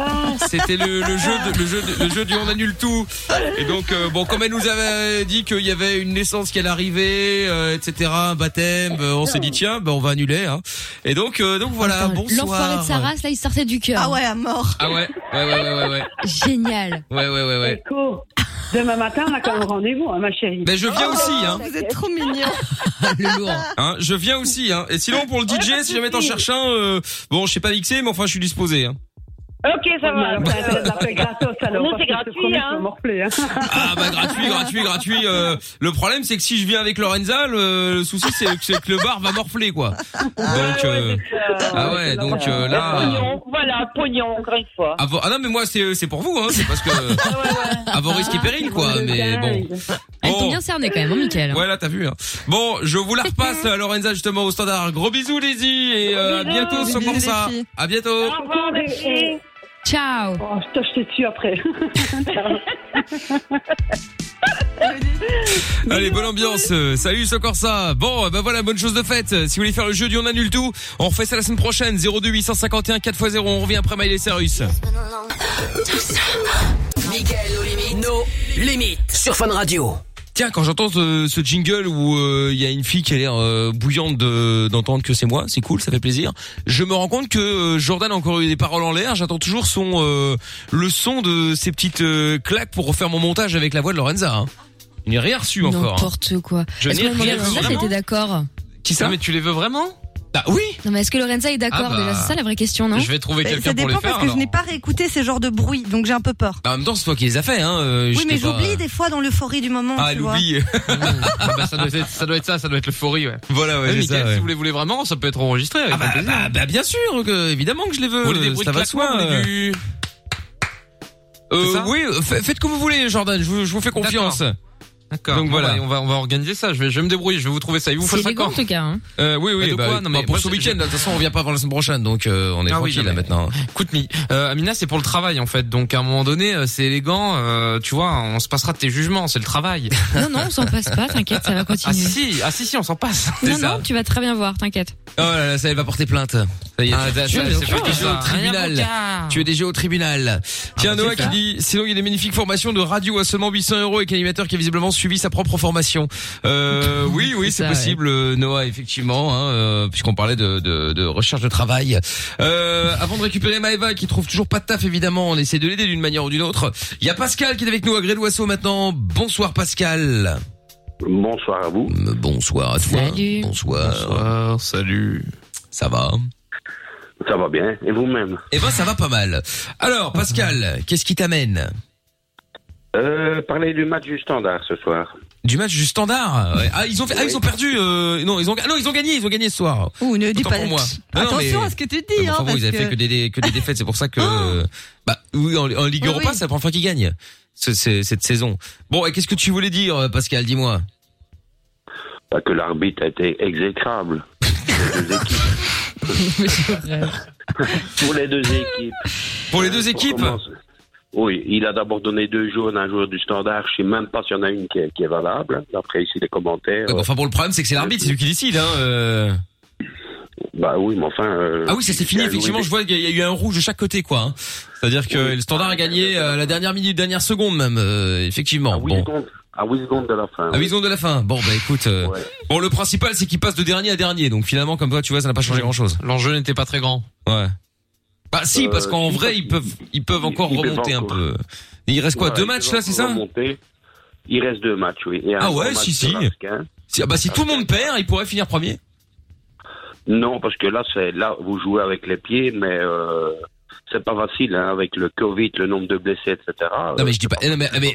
le jeu du on annule tout. Et donc bon, comme elle nous avait dit qu'il y avait une naissance qui allait arriver, etc., un baptême, on s'est dit tiens, on va annuler. Hein. Et donc voilà. Bonsoir. L'enfoiré de sa race là, il sortait du cœur. Ah ouais, à mort. Ah ouais. Génial. Ouais. Écho, demain matin, on a quand même rendez-vous, hein, ma chérie. Ben je viens aussi, hein. Vous êtes trop mignons. Le lourd. Hein, je viens aussi, hein. Et sinon pour le DJ, si jamais t'en cherches un, bon, je sais pas mixer, mais enfin je suis disposé, hein. Ok, ça va. Alors, gratos, alors. Non, c'est gratuit, hein. Ah bah gratuit. Le problème c'est que si je viens avec Lorenza, le souci c'est que le bar va morfler quoi. Donc donc là. Pognon, encore une fois. Ah non mais moi c'est pour vous hein, c'est parce que à vos risques et périls quoi, mais bon. Elles t'ont bien cerné quand même, hein, Mickaël. Ouais là t'as vu. Hein. Bon, je vous la repasse Lorenza justement au standard. Gros bisous Daisy et à bientôt sur ça. À bientôt. Au revoir, Daisy. Ciao. Oh, je t'ai dessus après. Allez, bonne ambiance. Salut, c'est encore ça. Bon, bah voilà, bonne chose de faite. Si vous voulez faire le jeu du on annule tout, on refait ça la semaine prochaine. 02 851 4x0. On revient après Miley Cyrus. Mickaël, nos limites. Nos limites. Sur Fun Radio. Tiens, quand j'entends ce jingle où il y a une fille qui a l'air bouillante d'entendre que c'est moi, c'est cool, ça fait plaisir. Je me rends compte que Jordan a encore eu des paroles en l'air. J'attends toujours le son de ces petites claques pour refaire mon montage avec la voix de Lorenza. Hein. Je n'ai rien reçu encore. N'importe quoi. Est-ce que Lorenza était d'accord? Qui ça? Mais tu les veux vraiment? Bah oui. Non mais est-ce que Lorenza est d'accord déjà? C'est ça la vraie question, non? Je vais trouver quelqu'un pour les faire. Ça dépend parce que je n'ai pas réécouté ces genres de bruits, donc j'ai un peu peur. Bah, en même temps, c'est toi qui les as fait, hein. Oui, mais j'oublie des fois dans l'euphorie du moment. Ah, elle oublie. Ça doit être l'euphorie, ouais. Voilà, ouais. Mickaël, ça, si vous voulez vraiment, ça peut être enregistré. Avec bah bien sûr, évidemment que je les veux. Ça va de soi. Oui, faites comme vous voulez, Jordan. Je vous fais confiance. D'accord. Donc voilà, on va organiser ça. Je vais me débrouiller. Je vais vous trouver ça. Et vous faites ça quand? En tout cas. Hein. Oui. Pour ce week-end. De toute façon, on vient pas avant la semaine prochaine, donc on est tranquille là maintenant. Écoute, Amina, c'est pour le travail en fait. Donc à un moment donné, c'est élégant. Tu vois, on se passera de tes jugements. C'est le travail. Non, on s'en passe pas. T'inquiète, ça va continuer. Ah si, on s'en passe. Non, tu vas très bien voir. T'inquiète. Oh là là, ça elle va porter plainte. Ça y est. Tu es déjà au tribunal. Tu es déjà au tribunal. Tiens, Noah qui dit, sinon il y a des magnifiques formations de radio à seulement 800 € avec un animateur qui a visiblement suivi sa propre formation. Oui, c'est possible, Noah, effectivement, hein, puisqu'on parlait de recherche de travail. Avant de récupérer Maëva, qui trouve toujours pas de taf, évidemment, on essaie de l'aider d'une manière ou d'une autre. Il y a Pascal qui est avec nous à Gré-d'Oisseau maintenant. Bonsoir Pascal. Bonsoir à vous. Bonsoir à toi. Salut. Bonsoir, salut. Ça va? Ça va bien. Et vous-même? Eh ben, ça va pas mal. Alors, Pascal, qu'est-ce qui t'amène? Parler du match du Standard ce soir. Du match du Standard? Ouais. Ah, ils ont perdu. Non, ils ont gagné ce soir. Ouh, ne dis pas. Pour moi. Attention à ce que tu dis, hein. Ils avaient fait que des défaites, c'est pour ça que. Oui, en Ligue Europa, c'est la première fois qu'ils gagnent. Cette saison. Bon, et qu'est-ce que tu voulais dire, Pascal? Dis-moi. Que l'arbitre a été exécrable. Pour les deux équipes. Pour les deux équipes? Oui, il a d'abord donné 2 jaunes à un joueur du Standard. Je sais même pas s'il y en a une qui est valable. D'après ici les commentaires. Enfin bon, le problème c'est que c'est l'arbitre, c'est lui qui décide. Hein. Bah oui, mais enfin. Ah oui, ça c'est fini. Effectivement, je vois qu'il y a eu un rouge de chaque côté, quoi. Hein. C'est-à-dire que le Standard a gagné à la dernière minute, dernière seconde même. Effectivement. À 8 secondes de la fin. À 8 secondes de la fin. Bon, bah écoute. Bon, le principal c'est qu'il passe de dernier à dernier. Donc finalement, comme toi, tu vois, ça n'a pas changé grand-chose. L'enjeu n'était pas très grand. Ouais. Bah si, parce qu'en vrai, ils peuvent encore remonter un peu. Il reste quoi, 2 matchs là, c'est ça? Il reste 2 matchs, oui. Et si tout le monde perd, il pourrait finir premier. Non, parce que là, vous jouez avec les pieds, mais c'est pas facile, hein, avec le Covid, le nombre de blessés, etc. Non mais je dis pas.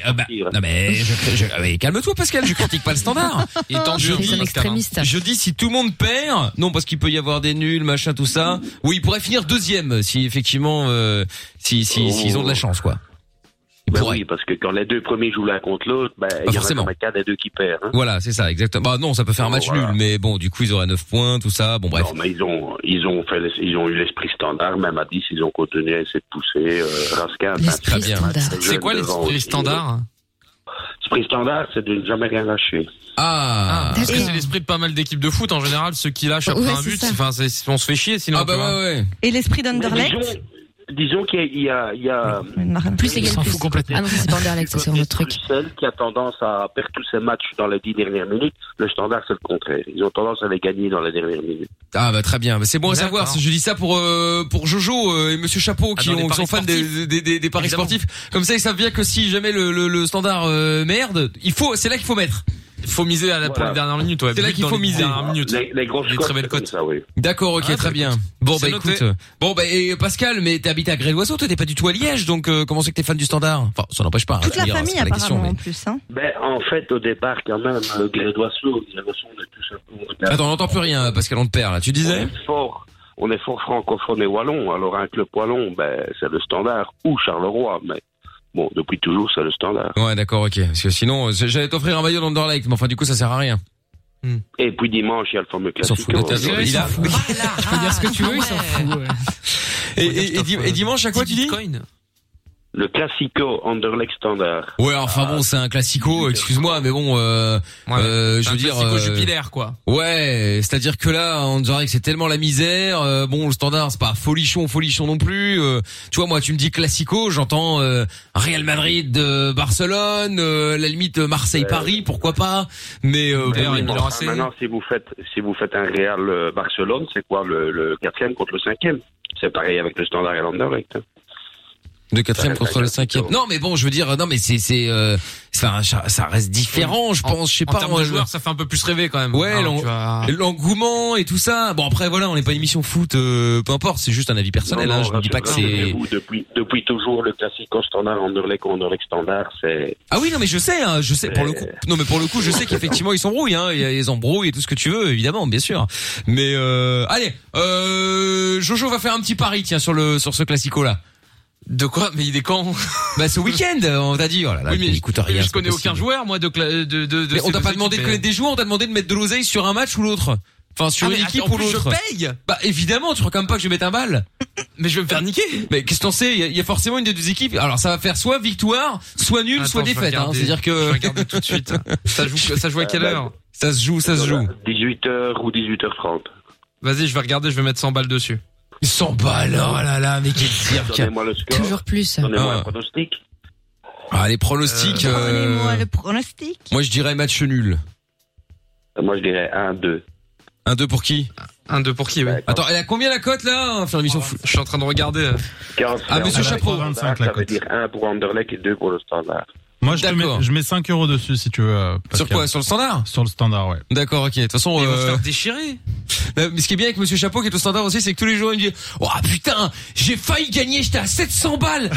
Mais calme-toi, Pascal. Je critique pas le Standard. Je dis si tout le monde perd, non parce qu'il peut y avoir des nuls, machin, tout ça. Oui, il pourrait finir deuxième si effectivement, s'ils ont de la chance, quoi. Oui, parce que quand les 2 premiers jouent l'un contre l'autre, il y en a qu'un des 2 qui perd. Hein. Voilà, c'est ça, exactement. Bah non, ça peut faire un match nul, mais bon, du coup ils auraient 9 points, tout ça. Bon bref. Non, mais ils ont eu l'esprit Standard, même à 10, ils ont continué à essayer de pousser. Raskin, très bien. C'est quoi l'esprit Standard? L'esprit standard, c'est de ne jamais rien lâcher. Parce que c'est l'esprit de pas mal d'équipes de foot en général, ceux qui lâchent après un but, enfin on se fait chier sinon. ouais. Et l'esprit d'Anderlecht. Disons qu'il y a plus égal plus. Complètement. Ah non, c'est pas Anderlecht, ça c'est un autre truc. Bruxelles qui a tendance à perdre tous ses matchs dans les 10 dernières minutes. Le Standard, c'est le contraire. Ils ont tendance à les gagner dans les dernières minutes. Ah bah très bien, c'est bon à savoir. Je dis ça pour Jojo et Monsieur Chapeau qui sont fans des paris sportifs. Comme ça ils savent bien que si jamais le Standard merde, c'est là qu'il faut mettre. Il faut miser pour les dernières minutes. Ouais. C'est là qu'il faut miser. Les grosses cotes, très belles cotes. Ça, oui. D'accord, ok, très bien. Bon bah écoute, et Pascal, mais t'habites à Grès-l'Oiseau, toi t'es pas du tout à Liège, donc comment c'est que t'es fan du Standard? Enfin, ça n'empêche pas. Toute la famille apparemment en plus. En fait, au départ, quand même, Grès-l'Oiseau, on est tous un peu. Attends, on n'entend plus rien, Pascal, on te perd là. Tu disais? On est fort francophone et wallon. Alors un club wallon, c'est le Standard ou Charleroi, mais. Bon, depuis toujours, c'est le Standard. Ouais, d'accord, ok. Parce que sinon, j'allais t'offrir un maillot d'Anderlecht, mais enfin, du coup, ça sert à rien. Et puis dimanche, il y a le fameux Classico. Il s'en fout. Tu peux dire ce que tu veux, il s'en fout. Et dimanche, à quoi tu dis? Le Classico Anderlecht Standard. Ouais, enfin bon, c'est un Classico, excuse-moi, mais bon, je veux dire. Classico Jupiler, quoi. Ouais, c'est-à-dire que là, on dirait que c'est tellement la misère. Bon, le Standard, c'est pas folichon non plus. Tu vois, moi, tu me dis Classico, j'entends Real Madrid, Barcelone, la limite Marseille-Paris, pourquoi pas. Mais maintenant, si vous faites un Real Barcelone, c'est quoi le 4e contre le 5e? C'est pareil avec le Standard et l'Anderlecht. De 4e contre le 5e. Non, mais bon, je veux dire, non, mais ça reste différent, je pense, je sais pas. En termes de joueurs, ça fait un peu plus rêver quand même. Ouais, l'engouement et tout ça. Bon, après, voilà, on n'est pas une émission foot, peu importe, c'est juste un avis personnel, je ne dis pas que c'est... Depuis toujours, le Classico Standard, Anderlecht Standard, c'est... Ah oui, non, mais je sais, pour le coup. Non, mais pour le coup, je sais qu'effectivement, ils s'embrouillent, ils embrouillent et tout ce que tu veux, évidemment, bien sûr. Mais, allez, Jojo va faire un petit pari, tiens, sur ce Classico-là. De quoi? Mais il est quand? Ce week-end, on t'a dit. Oh là là, oui, mais il coûte rien. Je connais aucun joueur, moi, de mais on t'a pas demandé de connaître des joueurs, on t'a demandé de mettre de l'oseille sur un match ou l'autre. Enfin, sur une équipe ou l'autre. Je paye! Bah, évidemment, tu crois quand même pas que je vais mettre un bal. Mais je vais me faire niquer. Mais qu'est-ce que t'en sais? Il y a forcément une des deux équipes. Alors, ça va faire soit victoire, soit nul, soit défaite, C'est-à-dire que... Je vais regarder tout de suite. Ça joue à quelle heure? Ça se joue. 18h ou 18h30. Vas-y, je vais regarder, je vais mettre 100 balles dessus. 100 balles, oh là là, mais quel cirque. Donnez-moi le score. Toujours plus. Donnez-moi un pronostic. Les pronostics. Donnez-moi le pronostic. Moi, je dirais match nul. Moi, je dirais 1-2. 1-2 pour qui? 1-2 pour qui, oui. Attends, elle a combien la cote, là? Faire l'émission fou. Je suis en train de regarder. Monsieur Chapeau. 25 la ça veut cote. dire 1 pour Anderlecht et 2 pour le Standard. Moi, je mets 5 € dessus, si tu veux. Sur quoi? Sur le Standard? Sur le Standard, ouais. D'accord, ok. De toute façon, ils vont se faire déchirer. Mais ce qui est bien avec Monsieur Chapeau qui est au Standard aussi, c'est que tous les jours il me dit, oh putain, j'ai failli gagner, j'étais à 700 balles,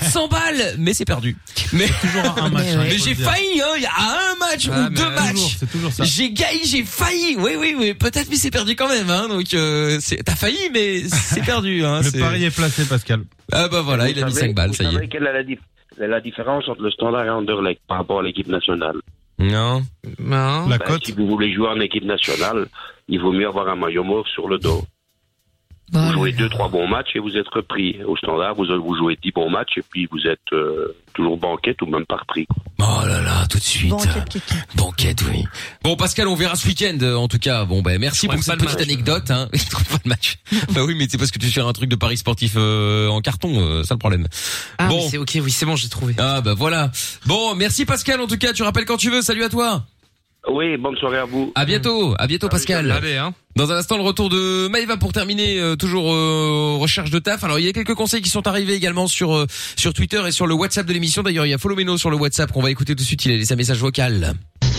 mais c'est perdu. Mais toujours un match. Mais j'ai failli, il y a un match ou deux matchs. C'est toujours ça. J'ai gagné, j'ai failli. Oui, peut-être, mais c'est perdu quand même, Donc, t'as failli, mais c'est perdu, Le pari est placé, Pascal. Ah bah voilà, il a mis 5 balles, ça y est. Vous savez quelle est la différence entre le Standard et Anderlecht par rapport à l'équipe nationale? Non. La cote. Si vous voulez jouer en équipe nationale, il vaut mieux avoir un maillot mauve sur le dos. Vous jouez 2-3 bons matchs et vous êtes repris. Au Standard, vous jouez 10 bons matchs et puis vous êtes toujours banquette ou même pas repris. Oh là là, tout de suite. Banquette, oui. Bon, Pascal, on verra ce week-end, en tout cas. Bon, ben, merci pour cette petite anecdote, Il trouve pas le match. Bah oui, mais c'est parce que tu fais un truc de paris sportif, en carton, ça le problème. Ah, bon. Mais c'est ok, oui, c'est bon, j'ai trouvé. Ah, bah voilà. Bon, merci Pascal, en tout cas, tu rappelles quand tu veux. Salut à toi. Oui, bonne soirée à vous. À bientôt Pascal. Allez, Dans un instant, le retour de Maëva pour terminer, toujours recherche de taf. Alors, il y a quelques conseils qui sont arrivés également sur Twitter et sur le WhatsApp de l'émission. D'ailleurs, il y a Folomeno sur le WhatsApp qu'on va écouter tout de suite. Il a laissé un message vocal.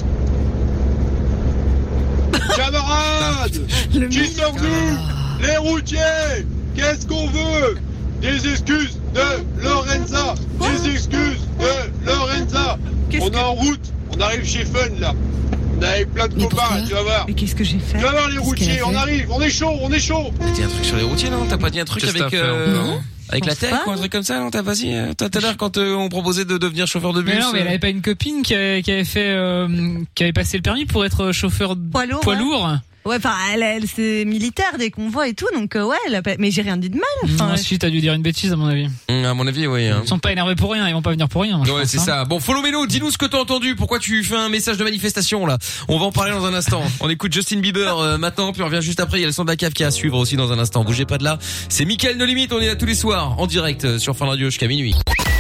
Camarades, qui sommes-nous? Les routiers. Qu'est-ce qu'on veut? Des excuses de Lorenza. Des excuses de Lorenza. On est en route. On arrive chez Fun, là. On a plein de copains, tu vas voir. Mais qu'est-ce que j'ai fait? Tu vas voir les routiers, on arrive, on est chaud. T'as dit un truc sur les routiers, non? T'as pas dit un truc avec avec la tech ou un truc comme ça, non? T'as pas dit, tout à l'heure quand on proposait de devenir chauffeur de bus. Mais non, mais elle avait pas une copine qui avait passé le permis pour être chauffeur poids lourd. Ouais, enfin, elle c'est militaire, des convois et tout, donc ouais, mais j'ai rien dit de mal. Enfin, si, t'as dû dire une bêtise à mon avis. À mon avis, oui. Ils sont pas énervés pour rien, ils vont pas venir pour rien. Ouais, c'est ça. Bon, Follow Mélo, dis-nous ce que t'as entendu. Pourquoi tu fais un message de manifestation là? On va en parler dans un instant. On écoute Justin Bieber maintenant, puis on revient juste après. Il y a le son de la cave qui est à suivre aussi dans un instant. Bougez pas de là. C'est Mickaël No Limite. On est là tous les soirs en direct sur Fun Radio jusqu'à minuit.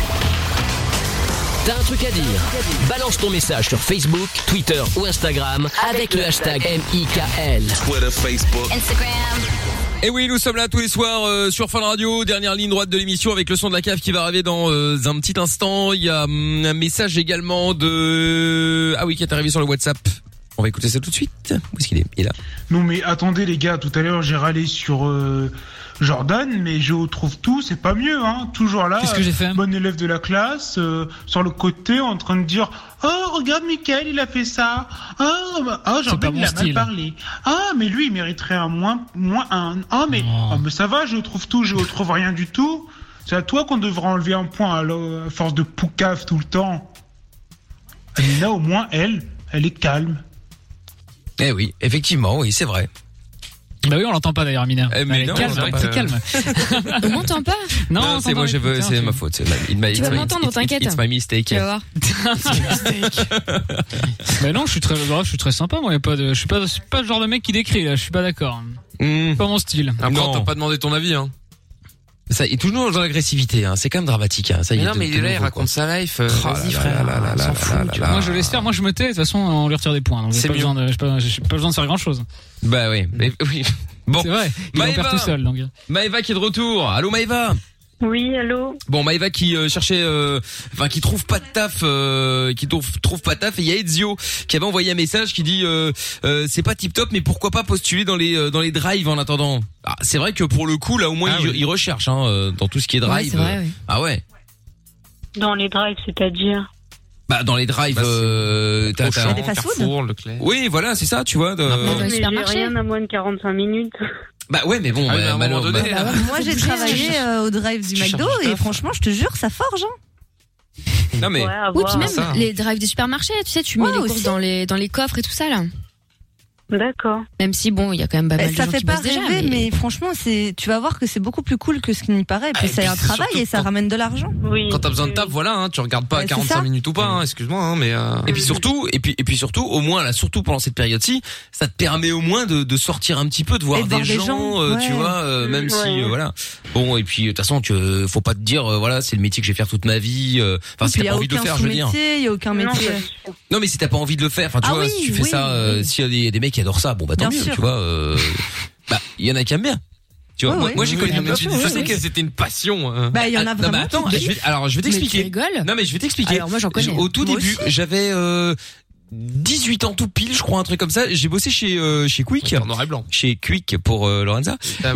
T'as un truc à dire? Balance ton message sur Facebook, Twitter ou Instagram avec le hashtag MIKL. Twitter, Facebook, Instagram. Et oui, nous sommes là tous les soirs sur Fun Radio, dernière ligne droite de l'émission avec le son de la cave qui va arriver dans un petit instant. Il y a un message également de... Ah oui, qui est arrivé sur le WhatsApp. On va écouter ça tout de suite. Où est-ce qu'il est? Il est là. Non mais attendez les gars, tout à l'heure j'ai râlé sur Jordan, mais je trouve tout, c'est pas mieux, hein. Toujours là, qu'est-ce que j'ai fait? Bon élève de la classe, sur le côté en train de dire « Oh, regarde Mickaël, il a fait ça. Jordan, il a mal parlé. Ah, mais lui, il mériterait un moins un. Ah, mais ça va, je trouve tout, je trouve rien du tout. C'est à toi qu'on devrait enlever un point à force de poucave tout le temps. Amina, au moins, elle est calme. » Eh oui, effectivement, oui, c'est vrai. Bah oui, on l'entend pas d'ailleurs, Amina. Mais elle non, est calme, c'est calme. On m'entend pas? Non, c'est moi, c'est ma faute. Tu vas m'entendre, t'inquiète. It's my mistake. Tu vas voir. Mais non, je suis très sympa, moi, je suis pas le genre de mec qui décrit, là, je suis pas d'accord. Pas mon style. Après, on t'a pas demandé ton avis, hein. Ça est toujours dans l'agressivité, hein. C'est quand même dramatique, hein. Ça y est. Non, mais il raconte sa life. Vas-y, frère. S'en fout. Moi, je laisse faire. Moi, je me tais. De toute façon, on lui retire des points. Donc, j'ai pas besoin de faire grand chose. Bah oui. Mais, oui. Bon. C'est vrai. Il en perd tout seul, donc. Maëva qui est de retour. Allô, Maëva. Oui, allô. Bon, Maëva qui cherchait, qui trouve pas de taf, trouve pas de taf. Et il y a Ezio qui avait envoyé un message qui dit, c'est pas tip top, mais pourquoi pas postuler dans les drives en attendant. Ah, c'est vrai que pour le coup, là au moins il recherche, hein, dans tout ce qui est drive. Ouais, c'est vrai, oui. Ah ouais. Dans les drives, c'est-à-dire? Bah dans les drives, t'as des Carrefour, Leclerc. Oui, voilà, c'est ça, tu vois. Mais j'ai rien à moins de 45 minutes. Bah ouais, mais bon, malheureusement. Moi, j'ai travaillé au drive du McDo et franchement, je te jure, ça forge, hein. Non mais. Oui, puis même les drives des supermarchés, tu sais, tu mets les courses dans les coffres et tout ça, là. D'accord. Même si bon, il y a quand même pas mal de gens qui bossent déjà. Ça fait pas rêver, mais franchement, tu vas voir que c'est beaucoup plus cool que ce qui n'y paraît. Et puis c'est un travail et ça ramène de l'argent. Oui. Quand t'as besoin de taf, voilà, hein, tu regardes pas 45 minutes ou pas, hein, excuse-moi, hein, mais. Et puis surtout, au moins là, surtout pendant cette période-ci, ça te permet au moins de sortir un petit peu, de voir des gens, tu vois, même si voilà. Bon, et puis de toute façon, faut pas te dire, voilà, c'est le métier que je vais faire toute ma vie. Enfin, si t'as pas envie de le faire, je veux dire. Il y a aucun métier. Non, mais si t'as pas envie de le faire, enfin, tu vois, si tu fais ça, s'il y a des mecs qui adorent ça, bon bah tant mieux, tu vois. Bah, il y en a qui aiment bien. Tu vois, moi j'ai connu une meuf. Tu sais que c'était une passion. Bah, il y en a vraiment. Non, mais attends, je vais t'expliquer. Mais tu rigoles? Non, mais je vais t'expliquer. Alors moi j'en connais. Au tout début, j'avais 18 ans tout pile, je crois, un truc comme ça. J'ai bossé chez Quick, en noir et blanc. Chez Quick pour Lorenza.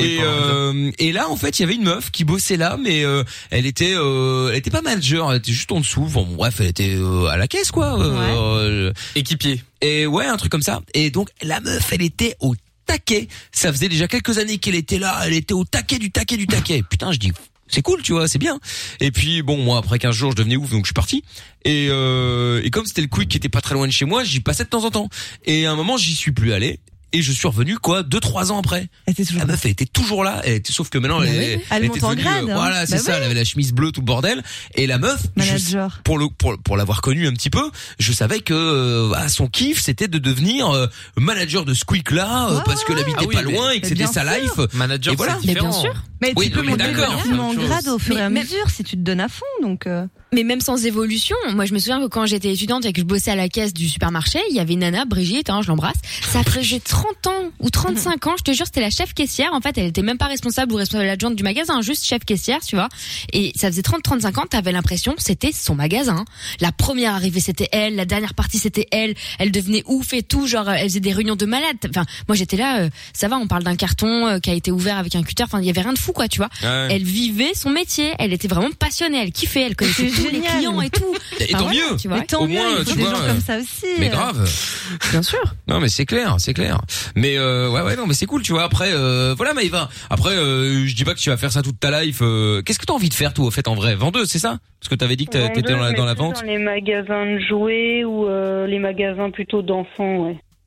Et là, en fait, il y avait une meuf qui bossait là, mais elle était pas manager, elle était juste en dessous. Bon, bref, elle était à la caisse, quoi. Équipier. Et ouais, un truc comme ça. Et donc la meuf, elle était au taquet. Ça faisait déjà quelques années qu'elle était là. Elle était au taquet du taquet du taquet. Putain, je dis. C'est cool, tu vois, c'est bien. Et puis bon, moi après 15 jours, je devenais ouf, donc je suis parti. Et comme c'était le Quick qui était pas très loin de chez moi, j'y passais de temps en temps. Et à un moment, j'y suis plus allé. Et je suis revenu 2-3 ans après. La meuf, elle était toujours là. Sauf que maintenant, elle était monte en grade. Voilà, c'est ça. Elle avait la chemise bleue, tout le bordel. Et la meuf, pour l'avoir connue un petit peu, je savais que son kiff, c'était de devenir manager de ce Quick là, parce que l'habitait pas loin et que c'était sa life. Manager, et voilà. c'est différent. Mais bien sûr. Mais tu peux monter d'accord. en grade au fur et à mesure si tu te donnes à fond, donc. Mais même sans évolution, moi je me souviens que quand j'étais étudiante et que je bossais à la caisse du supermarché, il y avait une nana, Brigitte, je l'embrasse. Ça faisait 30 ans ou 35 ans, je te jure, c'était la chef caissière. En fait, elle était même pas responsable ou responsable adjointe du magasin, juste chef caissière, tu vois. Et ça faisait 30-35 ans, t'avais l'impression que c'était son magasin. La première arrivée, c'était elle, la dernière partie, c'était elle. Elle devenait ouf et tout, genre elle faisait des réunions de malades. Enfin, moi j'étais là, ça va, on parle d'un carton qui a été ouvert avec un cutter. Enfin, il y avait rien de fou, quoi, tu vois. Ouais. Elle vivait son métier, elle était vraiment passionnée, elle kiffait, elle connaissait tous les clients et tout. Et tant mieux, tu vois. Et tant au mieux, moins, il faut tu des vois, gens comme ça aussi. Mais grave. Bien sûr. Non, mais c'est clair. Mais ouais, non, mais c'est cool, tu vois. Après, voilà, Maëva. Après, je dis pas que tu vas faire ça toute ta life. Qu'est-ce que t'as envie de faire, toi, au fait, en vrai, vendeuse, c'est ça? Parce que t'avais dit que t'étais dans la vente. Dans les magasins de jouets ou les magasins plutôt d'enfants, ouais.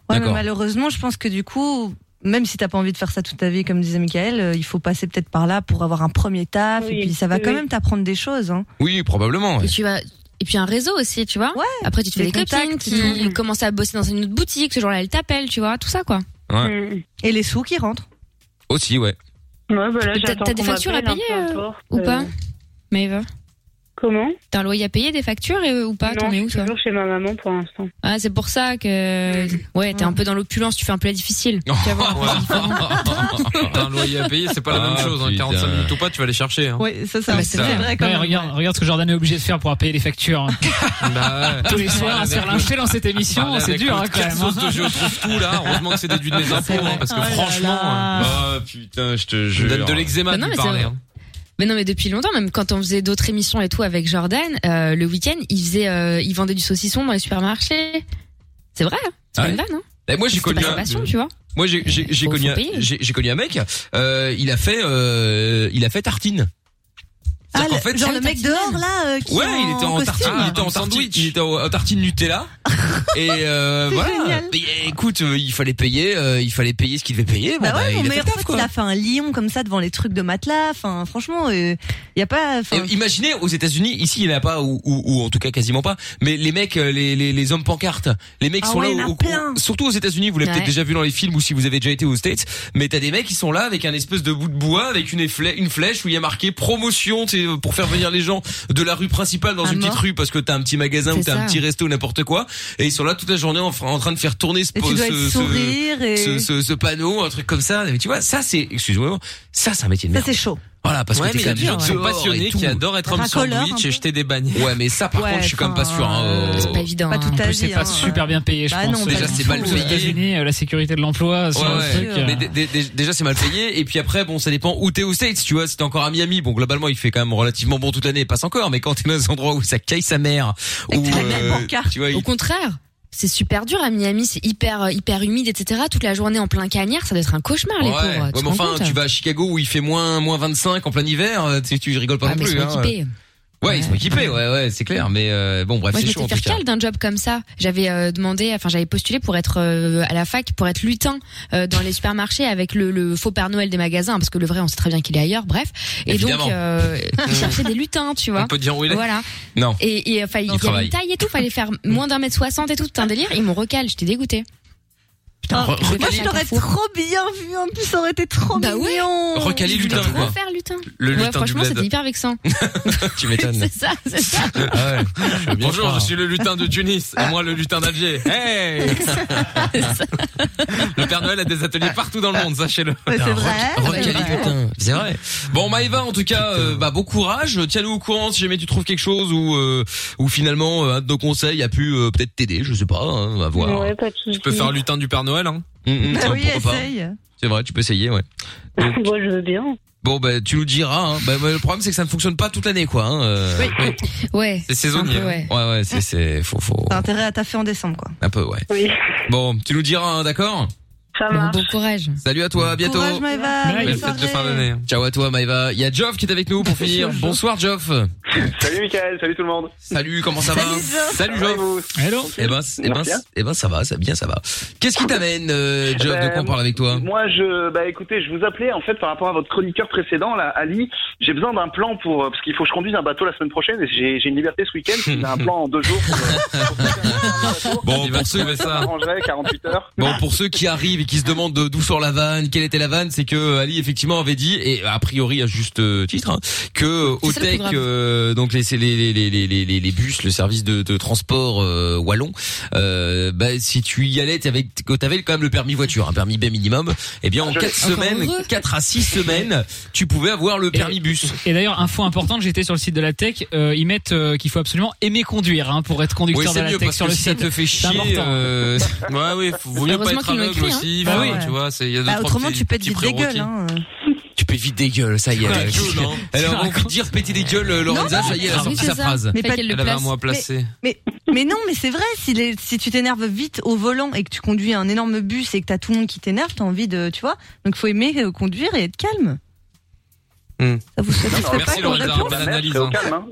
Ouais, mais malheureusement, je pense que du coup, même si t'as pas envie de faire ça toute ta vie, comme disait Mickaël, il faut passer peut-être par là pour avoir un premier taf, et puis ça va quand même t'apprendre des choses. Hein. Oui, probablement. Ouais. Et puis un réseau aussi, tu vois. Ouais. Après, tu te fais des copines qui commencent à bosser dans une autre boutique. Ce jour-là, elles t'appellent, tu vois. Tout ça, quoi. Ouais. Et les sous qui rentrent. Aussi, ouais. Ouais, bah là, t'as des factures à payer ou pas, Maëva? Comment? T'as un loyer à payer, des factures ou pas? Non, t'en es où, je suis toujours chez ma maman pour l'instant. Ah, c'est pour ça que t'es un peu dans l'opulence, tu fais un peu la difficile. T'as un loyer à payer, c'est pas la même chose. 45 minutes ou pas, tu vas les chercher. Hein. Oui, ça c'est vrai. Ouais, regarde ce que Jordan est obligé de faire pour payer les factures. Tous les soirs, à se faire lyncher dans cette émission, c'est dur quand même. Sauce de jeu trouve tout là. Heureusement que c'est déduit de mes impôts, parce que franchement, ah putain, je te jure. Donne de l'eczéma de lui parler. Mais non, mais depuis longtemps, même quand on faisait d'autres émissions et tout avec Jordan, le week-end, il vendait du saucisson dans les supermarchés. C'est vrai, c'est pas une vanne, hein. Et moi j'ai connu tu vois. Moi j'ai connu un mec, il a fait tartine. Ah, en fait, genre le mec dehors là qui ouais, il était en tartine, il était en sandwich, il était en tartine Nutella et voilà. Et, écoute, il fallait payer ce qu'il devait payer. Bah ouais, il mais en fait, il a fait un lion comme ça devant les trucs de matelas. Enfin, franchement, il y a pas. Imaginez aux États-Unis, ici il n'y en a pas ou en tout cas quasiment pas. Mais les mecs, les hommes pancartes, les mecs sont là. Surtout aux États-Unis, vous l'avez peut-être déjà vu dans les films ou si vous avez déjà été aux States. Mais t'as des mecs qui sont là avec un espèce de bout de bois avec une flèche où il y a marqué promotion. Pour faire venir les gens de la rue principale dans une petite rue parce que t'as un petit magasin ou t'as un petit resto ou n'importe quoi et ils sont là toute la journée en train de faire tourner ce panneau, un truc comme ça. Mais tu vois, ça c'est, excuse-moi, ça c'est un métier de merde. Ça c'est chaud. Voilà, parce que t'es quand même des gens qui sont passionnés, qui adorent être homme sandwich et jeter des bagnoles. Ouais, mais ça, par contre, je suis quand même pas sûr. C'est pas évident. Pas toute ta vie. C'est pas super bien payé, je pense. Déjà, c'est mal payé. Aux États-Unis, la sécurité de l'emploi, c'est un truc. Mais déjà, c'est mal payé. Et puis après, bon, ça dépend où t'es aux States. Tu vois, si t'es encore à Miami, bon, globalement, il fait quand même relativement bon toute l'année. Passe encore. Mais quand t'es dans des endroits où ça caille sa mère, tu vois, au contraire. C'est super dur à Miami, c'est hyper humide, etc. Toute la journée en plein cagnard, ça doit être un cauchemar, les pauvres. Ouais, mais enfin, tu vas à Chicago où il fait moins 25 en plein hiver, tu rigoles pas non plus. Ils sont équipés. Ouais, ils sont équipés, ouais, c'est clair. Mais bon, bref, moi, c'est chaud en tout cas. Moi, j'étais d'un job comme ça. J'avais j'avais postulé pour être à la fac, pour être lutin dans les supermarchés avec le faux Père Noël des magasins, parce que le vrai, on sait très bien qu'il est ailleurs. Bref, évidemment. Et donc ils cherchaient des lutins, tu vois. On peut dire où il est. Voilà. Non. Et il y avait une taille et tout, fallait faire moins d'1m60 et tout, c'est un délire. Ils m'ont recalé, j'étais dégoûtée. Putain, moi je t'aurais trop bien vu, en plus ça aurait été trop mignon. Recaler lutin quoi. Faire lutin. Le lutin franchement, du bled. c'était hyper vexant. Tu m'étonnes. c'est ça. Ah ouais. Bonjour, je suis le lutin de Tunis et moi le lutin d'Alger. Hey. Le Père Noël a des ateliers partout dans le monde, sachez-le. C'est vrai. Recaler lutin. C'est vrai. Bon, Maëva, en tout cas, bon courage. Tiens-nous au courant si jamais tu trouves quelque chose ou finalement un de nos conseils a pu peut-être t'aider, je sais pas, hein, à voir. Ouais, pas de soucis. Tu peux faire lutin du Père Noël, hein. Oui, essaye. C'est vrai, tu peux essayer, ouais. Moi, je veux bien. Bon, tu nous diras, hein. Le problème, c'est que ça ne fonctionne pas toute l'année, quoi, hein. Oui. Ouais. C'est saisonnier. Ouais, faut. T'as intérêt à taffer en décembre, quoi. Un peu, ouais. Oui. Bon, tu nous diras, hein, d'accord? Ça marche. Bon courage. Salut à toi, à bientôt. Courage, Maëva. Belle fête de fin d'année. Ciao à toi, Maëva. Il y a Geoff qui est avec nous pour finir. Bonsoir, Geoff. Salut, Mickaël. Salut tout le monde. Salut, comment ça va? Salut, Geoff. Hello. Eh ben, ça va, bien, ça va. Qu'est-ce qui t'amène, Geoff? De quoi on parle avec toi? Moi, écoutez, je vous appelais, en fait, par rapport à votre chroniqueur précédent, là, Ali. J'ai besoin d'un plan parce qu'il faut que je conduise un bateau la semaine prochaine et j'ai une liberté ce week-end. J'ai un plan en 2 jours. Bon, pour ceux, ça arrangerait 48 heures. Bon, pour ceux qui arrivent et qui se demandent d'où sort la vanne, quelle était la vanne, c'est que Ali effectivement avait dit, et a priori à juste titre, hein, que Otech, donc les bus, le service de transport wallon, si tu y allais, t'avais quand même le permis voiture, un permis B minimum, et bien en 4 à 6 semaines, tu pouvais avoir le permis bus. Et d'ailleurs, info importante, j'étais sur le site de la Tech, ils mettent qu'il faut absolument aimer conduire, hein, pour être conducteur de la Tech sur le site. Ça te fait chier. Vaut mieux pas être aveugle aussi. Bah oui. Tu vois, il y a autrement, tu pètes vite des gueules, hein. Tu pètes vite des gueules, ça y est. Elle a envie de dire péter des gueules, Lorenza, ça y est, elle a sorti sa phrase. Elle avait un mot à placer. Mais non, mais c'est vrai, si tu t'énerves vite au volant et que tu conduis un énorme bus et que t'as tout le monde qui t'énerve, t'as envie de, tu vois. Donc faut aimer conduire et être calme. Ça vous satisfait merci Lorenza, bonne analyse. Au calme, hein.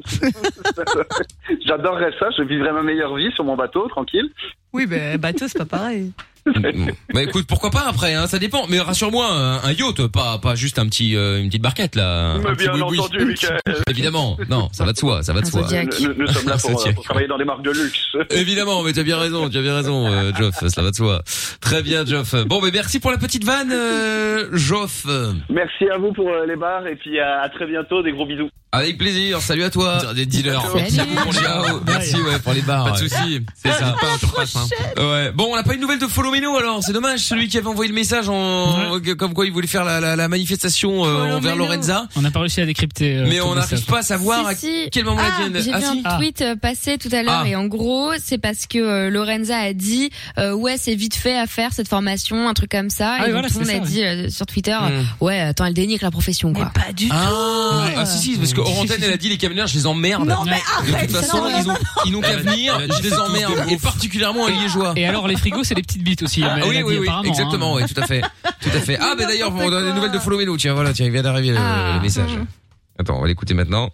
J'adorerais ça, je vivrais ma meilleure vie sur mon bateau, tranquille. Oui, bateau, c'est pas pareil. Bah écoute, pourquoi pas après, hein, ça dépend. Mais rassure-moi, un yacht, pas juste un petit, une petite barquette là. Mais bien entendu, Mickaël. Évidemment, non, ça va de soi, ça va de soi. Nous sommes là pour travailler dans des marques de luxe. Évidemment, mais tu as bien raison, Geoff, ça va de soi. Très bien, Geoff. Bon, mais merci pour la petite vanne, Geoff. Merci à vous pour les bars et puis à très bientôt, des gros bisous. Avec plaisir, salut à toi. Des dealers. Ciao. Merci pour les bars. Pas de soucis. C'est ça. Ouais. Bon, on n'a pas une nouvelle de Folomeno alors, c'est dommage, celui qui avait envoyé le message comme quoi il voulait faire la manifestation envers Lorenza. On n'a pas réussi à décrypter. Mais on n'arrive pas à savoir à quel moment la vienne. J'ai vu un tweet passer tout à l'heure et en gros, c'est parce que Lorenza a dit ouais, c'est vite fait à faire cette formation, un truc comme ça et donc tout le monde a dit sur Twitter ouais, attends, elle dénigre la profession quoi. Mais pas du tout. Si, parce que Orantène elle a dit les camionneurs, je les emmerde. Non mais arrête. De toute façon, ils n'ont qu'à venir, je les emmerde et particulièrement les Liégeois. Et alors les frigos, c'est des petites bites aussi. Oui, exactement, oui, tout à fait. Ah, ben d'ailleurs, on donne des nouvelles de Folomeno. Tiens, il vient d'arriver le message. Attends, on va l'écouter maintenant.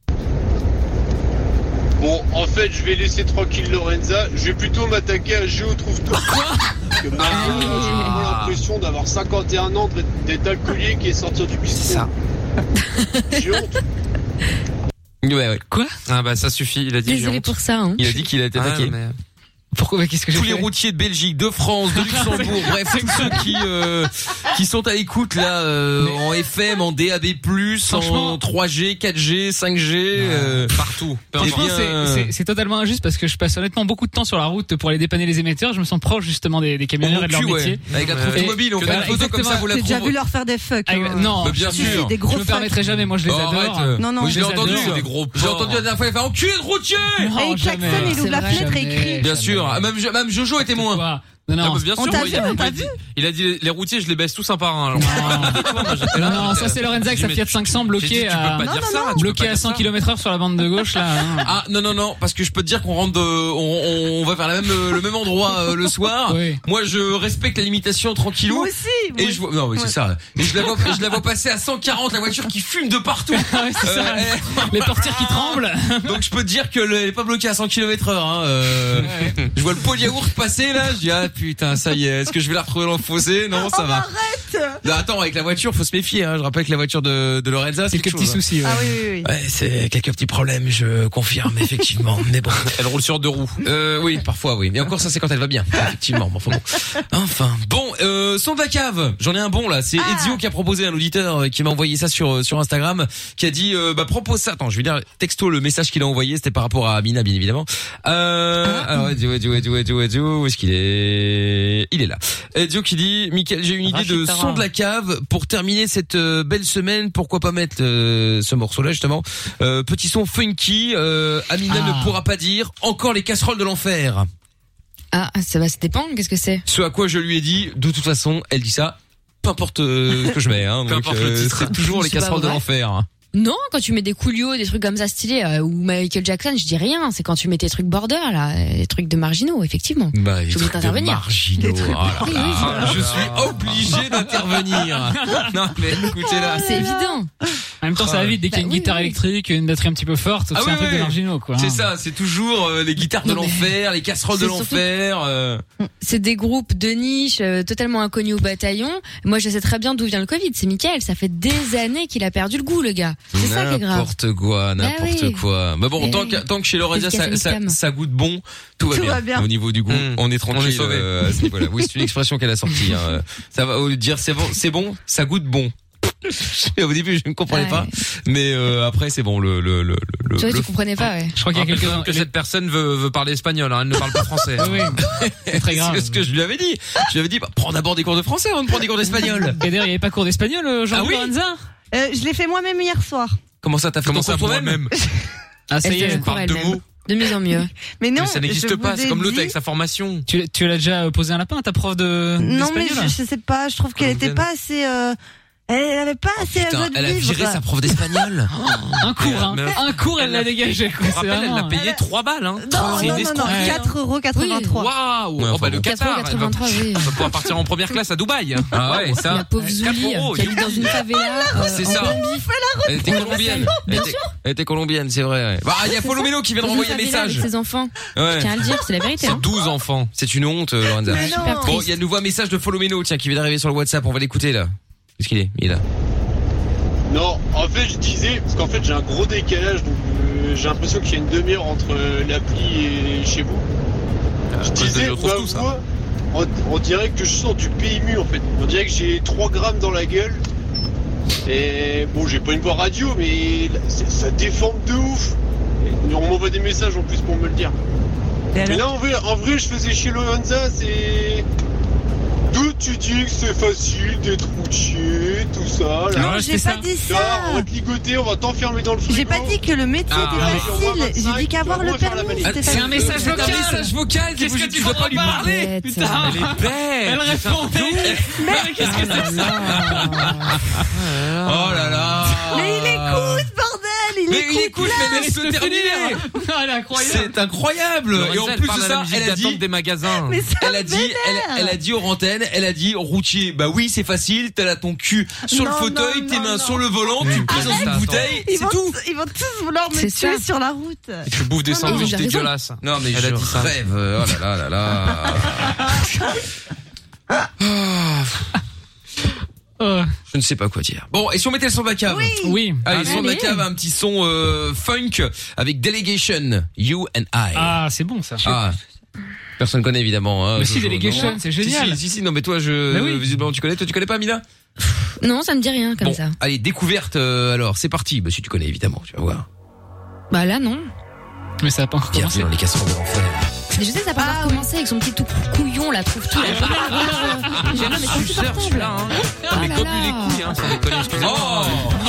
Bon, en fait, je vais laisser tranquille Lorenza. Je vais plutôt m'attaquer à Géo trouve tout. Parce que maintenant, j'ai vraiment l'impression d'avoir 51 ans, d'être alcoolier qui est sorti du bistrot. C'est ça. J'ai honte. Ouais. Quoi? Ah bah ça suffit, il a dit. Désolé pour ça. Hein. Il a dit qu'il a été attaqué. Pourquoi? Qu'est-ce que j'ai fait? Tous les routiers de Belgique, de France, de Luxembourg, bref, tous ceux qui sont à l'écoute là en FM, en DAB+, en 3G, 4G, 5G, partout. C'est totalement injuste parce que je passe honnêtement beaucoup de temps sur la route pour aller dépanner les émetteurs. Je me sens proche justement des camionneurs et de leur métier. Avec la trouve mobile, on fait une photo comme ça, vous la trouvez. J'ai déjà vu leur faire des fucks. Non, bien sûr. Des gros je me permettrais jamais. Moi, je les adore. Non, oui, je l'ai entendu. Des gros. J'ai entendu la dernière fois il fait enculé de routier. Et il klaxonne, il ouvre la fenêtre et il crie. Bien sûr. Même Jojo était moins. Non, bien sûr, il a dit les routiers, je les baisse tous un par un. Non, ça c'est Lorenza avec sa Fiat 500 bloquée à 100 km/h sur la bande de gauche là. Ah non, parce que je peux te dire qu'on rentre on va vers le même endroit le soir. Oui. Moi je respecte la limitation tranquillou. Moi aussi. Et je vois non, oui, c'est ça. Et je la vois passer à 140, la voiture qui fume de partout. Ouais, c'est ça. Les portières qui tremblent. Donc je peux te dire que elle est pas bloquée à 100 km/h. Je vois le pot de yaourt passer là, je dis putain, ça y est, est-ce que je vais la retrouver dans le fossé? Non, ça va. Arrête! Non, attends, avec la voiture, faut se méfier, hein. Je rappelle que la voiture de Lorenza, c'est quelques petits soucis, Ah oui. Ouais, c'est quelques petits problèmes, je confirme, effectivement. Mais bon. Elle roule sur 2 roues. Oui, parfois, oui. Mais encore, ça, c'est quand elle va bien. Effectivement. Enfin, bon. Son de la cave. J'en ai un bon, là. C'est Ezio qui a proposé un auditeur qui m'a envoyé ça sur Instagram, qui a dit, propose ça. Attends, je vais dire texto le message qu'il a envoyé. C'était par rapport à Amina, bien évidemment. Alors, Ezio, où est-ce qu'il est? Il est là. Ezio qui dit, Mickaël, j'ai une idée de son de la cave pour terminer cette belle semaine. Pourquoi pas mettre ce morceau-là, justement. Petit son funky. Amina ne pourra pas dire encore les casseroles de l'enfer. Ah, ça dépend. Qu'est-ce que c'est? Ce à quoi je lui ai dit, de toute façon, elle dit ça. Peu importe ce que je mets, hein. Peu importe le titre. C'est toujours les casseroles de l'enfer. Non, quand tu mets des Coolio, des trucs comme ça stylés, ou Michael Jackson, je dis rien. C'est quand tu mets tes trucs border, là, des trucs de marginaux, effectivement. Je vais t'intervenir. Marginaux. Je suis obligé d'intervenir. Non, mais écoutez là. C'est évident. En même temps, ça va vite. Dès qu'il y a une guitare électrique, une batterie un petit peu forte, c'est un truc de marginaux, quoi. C'est ça, c'est toujours les guitares de l'enfer, les casseroles de l'enfer. C'est des groupes de niche, totalement inconnus au bataillon. Moi, je sais très bien d'où vient le Covid. C'est Mickaël. Ça fait des années qu'il a perdu le goût, le gars. C'est ça qui est grave. N'importe quoi. Mais bon, tant que chez Lorenza ça goûte bon, tout va bien. Au niveau du goût, on est tranquille. On est sauvé. Voilà. Oui, c'est une expression qu'elle a sortie. Hein. Ça va dire c'est bon, ça goûte bon. Au début, je ne comprenais pas, mais après, c'est bon. Tu comprenais pas, ouais. Je crois qu'il y a quelqu'un que cette personne veut parler espagnol. Hein, elle ne parle pas français. Oui, c'est très grave. C'est ce que je lui avais dit. Je lui avais dit, prends d'abord des cours de français avant de prendre des cours d'espagnol. Et d'ailleurs, il n'y avait pas cours d'espagnol, Jean-Louis Lorenza? Je l'ai fait moi-même hier soir. Comment ça, t'as fait ton cours toi-même? Ah, ça y est, je parle de mots. De mieux en mieux. Mais non, ça n'existe pas, c'est comme l'autre avec sa formation. Tu l'as déjà posé un lapin à ta prof de Non, mais je sais pas, je trouve qu'elle était pas assez Elle avait pas assez à elle a viré sa prof d'espagnol. Un cours, elle l'a dégagé. Je rappelle, elle l'a payé 3 balles. Hein. Non, 4,83 €. Waouh. Oh, bah, le Qatar, elle va pouvoir partir en première classe à Dubaï. Ah ouais, ça. La pauvre Zouli, qui habite dans une favela. C'est ça. Elle était colombienne. Elle était colombienne, c'est vrai. Bah, il y a Folomeno qui vient de renvoyer un message. Avec ses enfants. Ouais. Je tiens à le dire, c'est la vérité. C'est 12 enfants. C'est une honte, Lorenza. Bon, il y a de nouveau un message de Folomeno, tiens, qui vient d'arriver sur le WhatsApp. On va l'écouter, là. Qu'est-ce qu'il est? Il est là. Non, en fait, je disais, parce qu'en fait, j'ai un gros décalage, donc j'ai l'impression qu'il y a une demi-heure entre l'appli et chez vous. Je disais, on dirait que je sors du PMU, en fait. On dirait que j'ai 3 grammes dans la gueule. Et bon, j'ai pas une voix radio, mais ça déforme de ouf. Et on m'envoie des messages en plus pour me le dire. Mais là, en vrai, je faisais chez Lorenza, c'est... D'où tu dis que c'est facile d'être routier, tout ça. Là. Non, j'ai pas dit ça. Là, on va te ligoter, on va t'enfermer dans le frigo. J'ai pas dit que le métier était facile. J'ai dit qu'avoir le permis, c'était facile. C'est un message vocal. Qu'est-ce que tu dois pas lui parler? Putain, elle est bête. Elle répondait. Mais qu'est-ce que c'est que ça? Oh là là. Mais il écoute, bordel. Il écoute, mais laisse-le terminer. C'est incroyable. Et en plus de ça, elle a dit des magasins. Elle a dit aux antennes, elle a dit routier. Bah oui, c'est facile. T'as là ton cul sur le fauteuil, tes mains sur le volant, tu poses dans une bouteille, c'est tout. Ils vont tous vouloir me tuer sur la route. Et tu bouffes des sandwichs dégueulasses. Non mais je rêve. Oh là là là là. Je ne sais pas quoi dire. Bon, et si on mettait le son de la cave? Oui. Allez, le son de la cave, un petit son funk avec Delegation, You and I. Ah, c'est bon ça. Personne connaît évidemment. Hein, mais si, Delegation, c'est génial. Si, non mais toi, visiblement tu connais. Toi, tu connais pas, Amina? Non, ça me dit rien comme ça. Allez, découverte. Alors, c'est parti. Bah si tu connais évidemment, tu vas voir. Bah là, non. Mais ça a pas encore commencé. Dans les casseroles de l'enfer. Je sais, ça a pas encore commencé avec son petit tout couillon là, trouve tout. J'ai un suceur celui-là. Mais comme les couilles, ça déconne. Excusez-moi.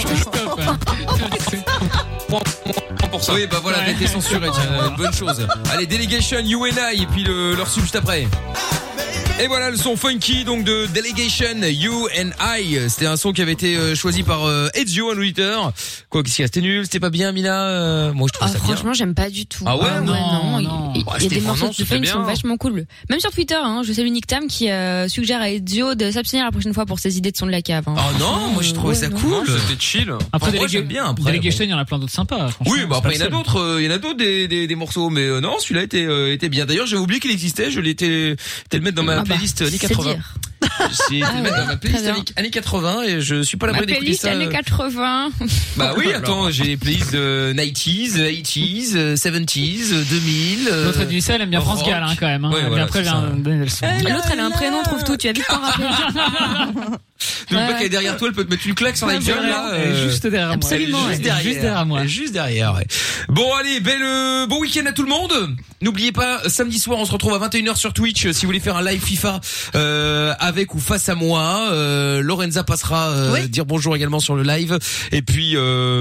Pour ça. Oui, bah voilà, t'as été censuré, tiens, bonne chose. Allez, Delegation, You and I, et puis leur sub juste après. Et voilà le son funky donc de Delegation, You and I. C'était un son qui avait été choisi par Ezio, un auditeur. Quoi, qu'est-ce qu'il y a? C'était nul, c'était pas bien, Mina. Moi je trouve ça bien. Franchement, j'aime pas du tout. Ah ouais? Non. Il y a des morceaux de funk qui sont vachement cool. Même sur Twitter, je salue Nick Tam qui suggère à Ezio de s'abstenir la prochaine fois pour ses idées de son de la cave. Oh non, moi j'ai trouvé ça cool. C'était chill. Après, j'aime bien. Delegation, il y en a plein d'autres sympas. Oui, bah après il y en a d'autres, des morceaux, mais non, celui-là était bien. D'ailleurs, j'avais oublié qu'il existait. Je l'étais le mettre dans ma playlist années 80. C'est le mettre dans ma playlist années 80 et je suis pas l'abri d'écouter ça. Années 80. Bah oui, attends, j'ai des playlists 90s, 80s, 70s, 2000. L'autre du sel aime bien France Gall quand même. Ouais, voilà, après l'autre elle a un prénom, trouve tout, tu vas vite t'en rappeler. Tu veux pas qu'elle est derrière toi, elle peut te mettre une claque sur la gueule là. Juste derrière moi. Absolument. Juste derrière. Ouais. Bon allez, bon week-end à tout le monde. N'oubliez pas, samedi soir on se retrouve à 21h sur Twitch si vous voulez faire un live FIFA avec ou face à moi. Lorenza passera dire bonjour également sur le live et puis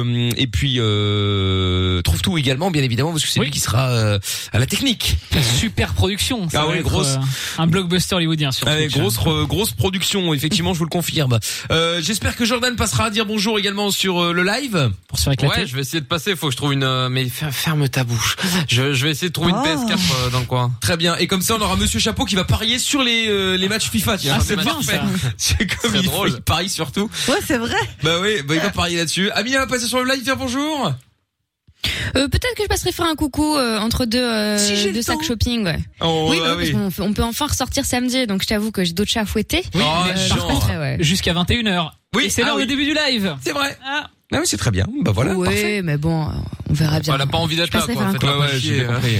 trouve tout également bien évidemment parce que c'est lui qui sera à la technique. Super production. Ah oui, grosse un blockbuster hollywoodien sur Twitch. Grosse production effectivement, je vous le confirme. J'espère que Jordan passera à dire bonjour également sur le live pour se faire éclater. Ouais, je vais essayer de passer, faut que je trouve mais ferme ta bouche. Je vais essayer de trouver une PS4 dans le coin. Très bien. Et comme ça on aura Monsieur Chapeau qui va parier sur les matchs FIFA, tiens. Ah, c'est bien ça. C'est comme il parie surtout. Ouais, c'est vrai. Bah oui, il va parier là-dessus. Amina va passer sur le live, dire bonjour. Peut-être que je passerai faire un coucou entre deux sacs shopping. Ouais. Parce qu'on peut enfin ressortir samedi, donc je t'avoue que j'ai d'autres chats à fouetter. Oui, jusqu'à 21h. Oui, et c'est là le début du live. C'est vrai. Ah oui, c'est très bien. Bah voilà. Oui, parfait. Mais bon, on verra bien. Elle a pas envie d'être là, quoi. J'ai compris.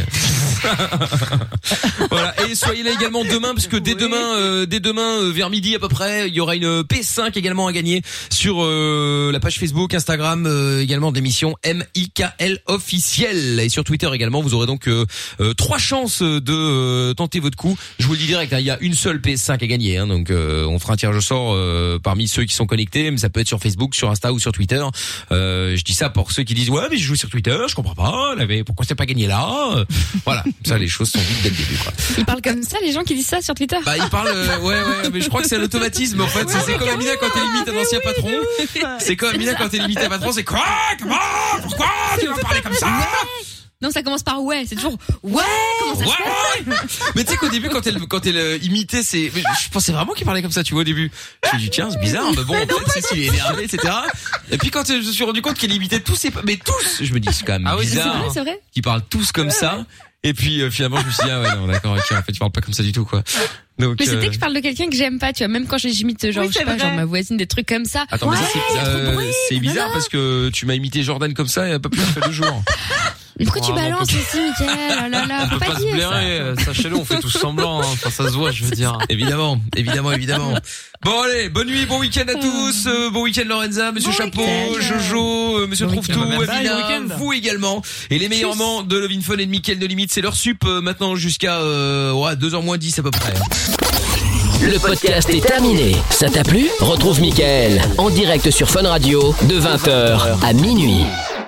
Voilà. Et soyez là également demain, parce que dès demain, vers midi à peu près, il y aura une PS5 également à gagner sur la page Facebook, Instagram, également de l'émission MIKL officiel. Et sur Twitter également, vous aurez donc 3 chances de tenter votre coup. Je vous le dis direct, il y a une seule PS5 à gagner. Donc on fera un tirage au sort parmi ceux qui sont connectés, mais ça peut être sur Facebook, sur Insta ou sur Twitter. Je dis ça pour ceux qui disent ouais mais je joue sur Twitter, je comprends pas, mais pourquoi c'est pas gagné là Voilà, ça les choses sont dites dès le début quoi. Ils parlent comme ça les gens qui disent ça sur Twitter. Bah ils parlent ouais mais je crois que c'est un automatisme en fait, c'est comme Amina quand elle imite un ancien patron. C'est comme Amina quand elle imite un patron, c'est quoi comment pourquoi tu vas parler comme ça Non, ça commence par ouais, c'est toujours ouais, comment ça se fait Mais tu sais qu'au début quand elle imitait je pensais vraiment qu'il parlait comme ça, tu vois au début. Je me dis tiens, c'est bizarre, mais bon, peut-être c'est s'il est énervé etc. Et puis quand je me suis rendu compte qu'elle imitait tous je me dis c'est quand même bizarre. C'est vrai. Qu'ils parlent tous comme ça. Et puis finalement je me suis dit ah ouais non d'accord, OK, en fait tu parles pas comme ça du tout quoi. Donc, mais c'était que je parle de quelqu'un que j'aime pas, tu vois, même quand j'imite genre je sais pas, genre ma voisine, des trucs comme ça. Attends, mais ça c'est bizarre parce que tu m'as imité Jordan comme ça il y a pas plus de 2 jours. Mais pourquoi tu balances aussi, Mickaël? Oh là là, on peut pas se blairer, sachez-le, on fait tous semblant, enfin ça se voit, je veux dire. Évidemment. Bon allez, bonne nuit, bon week-end à tous, bon week-end Lorenza, Monsieur Chapeau, Jojo, Monsieur Trouve-Tout, Amina, vous également. Et les meilleurs moments de Love in Fun et de Mickaël No Limite, c'est leur sup maintenant jusqu'à 2h moins 10 à peu près. Le podcast est terminé. Ça t'a plu? Retrouve Mickaël en direct sur Fun Radio de 20h à minuit.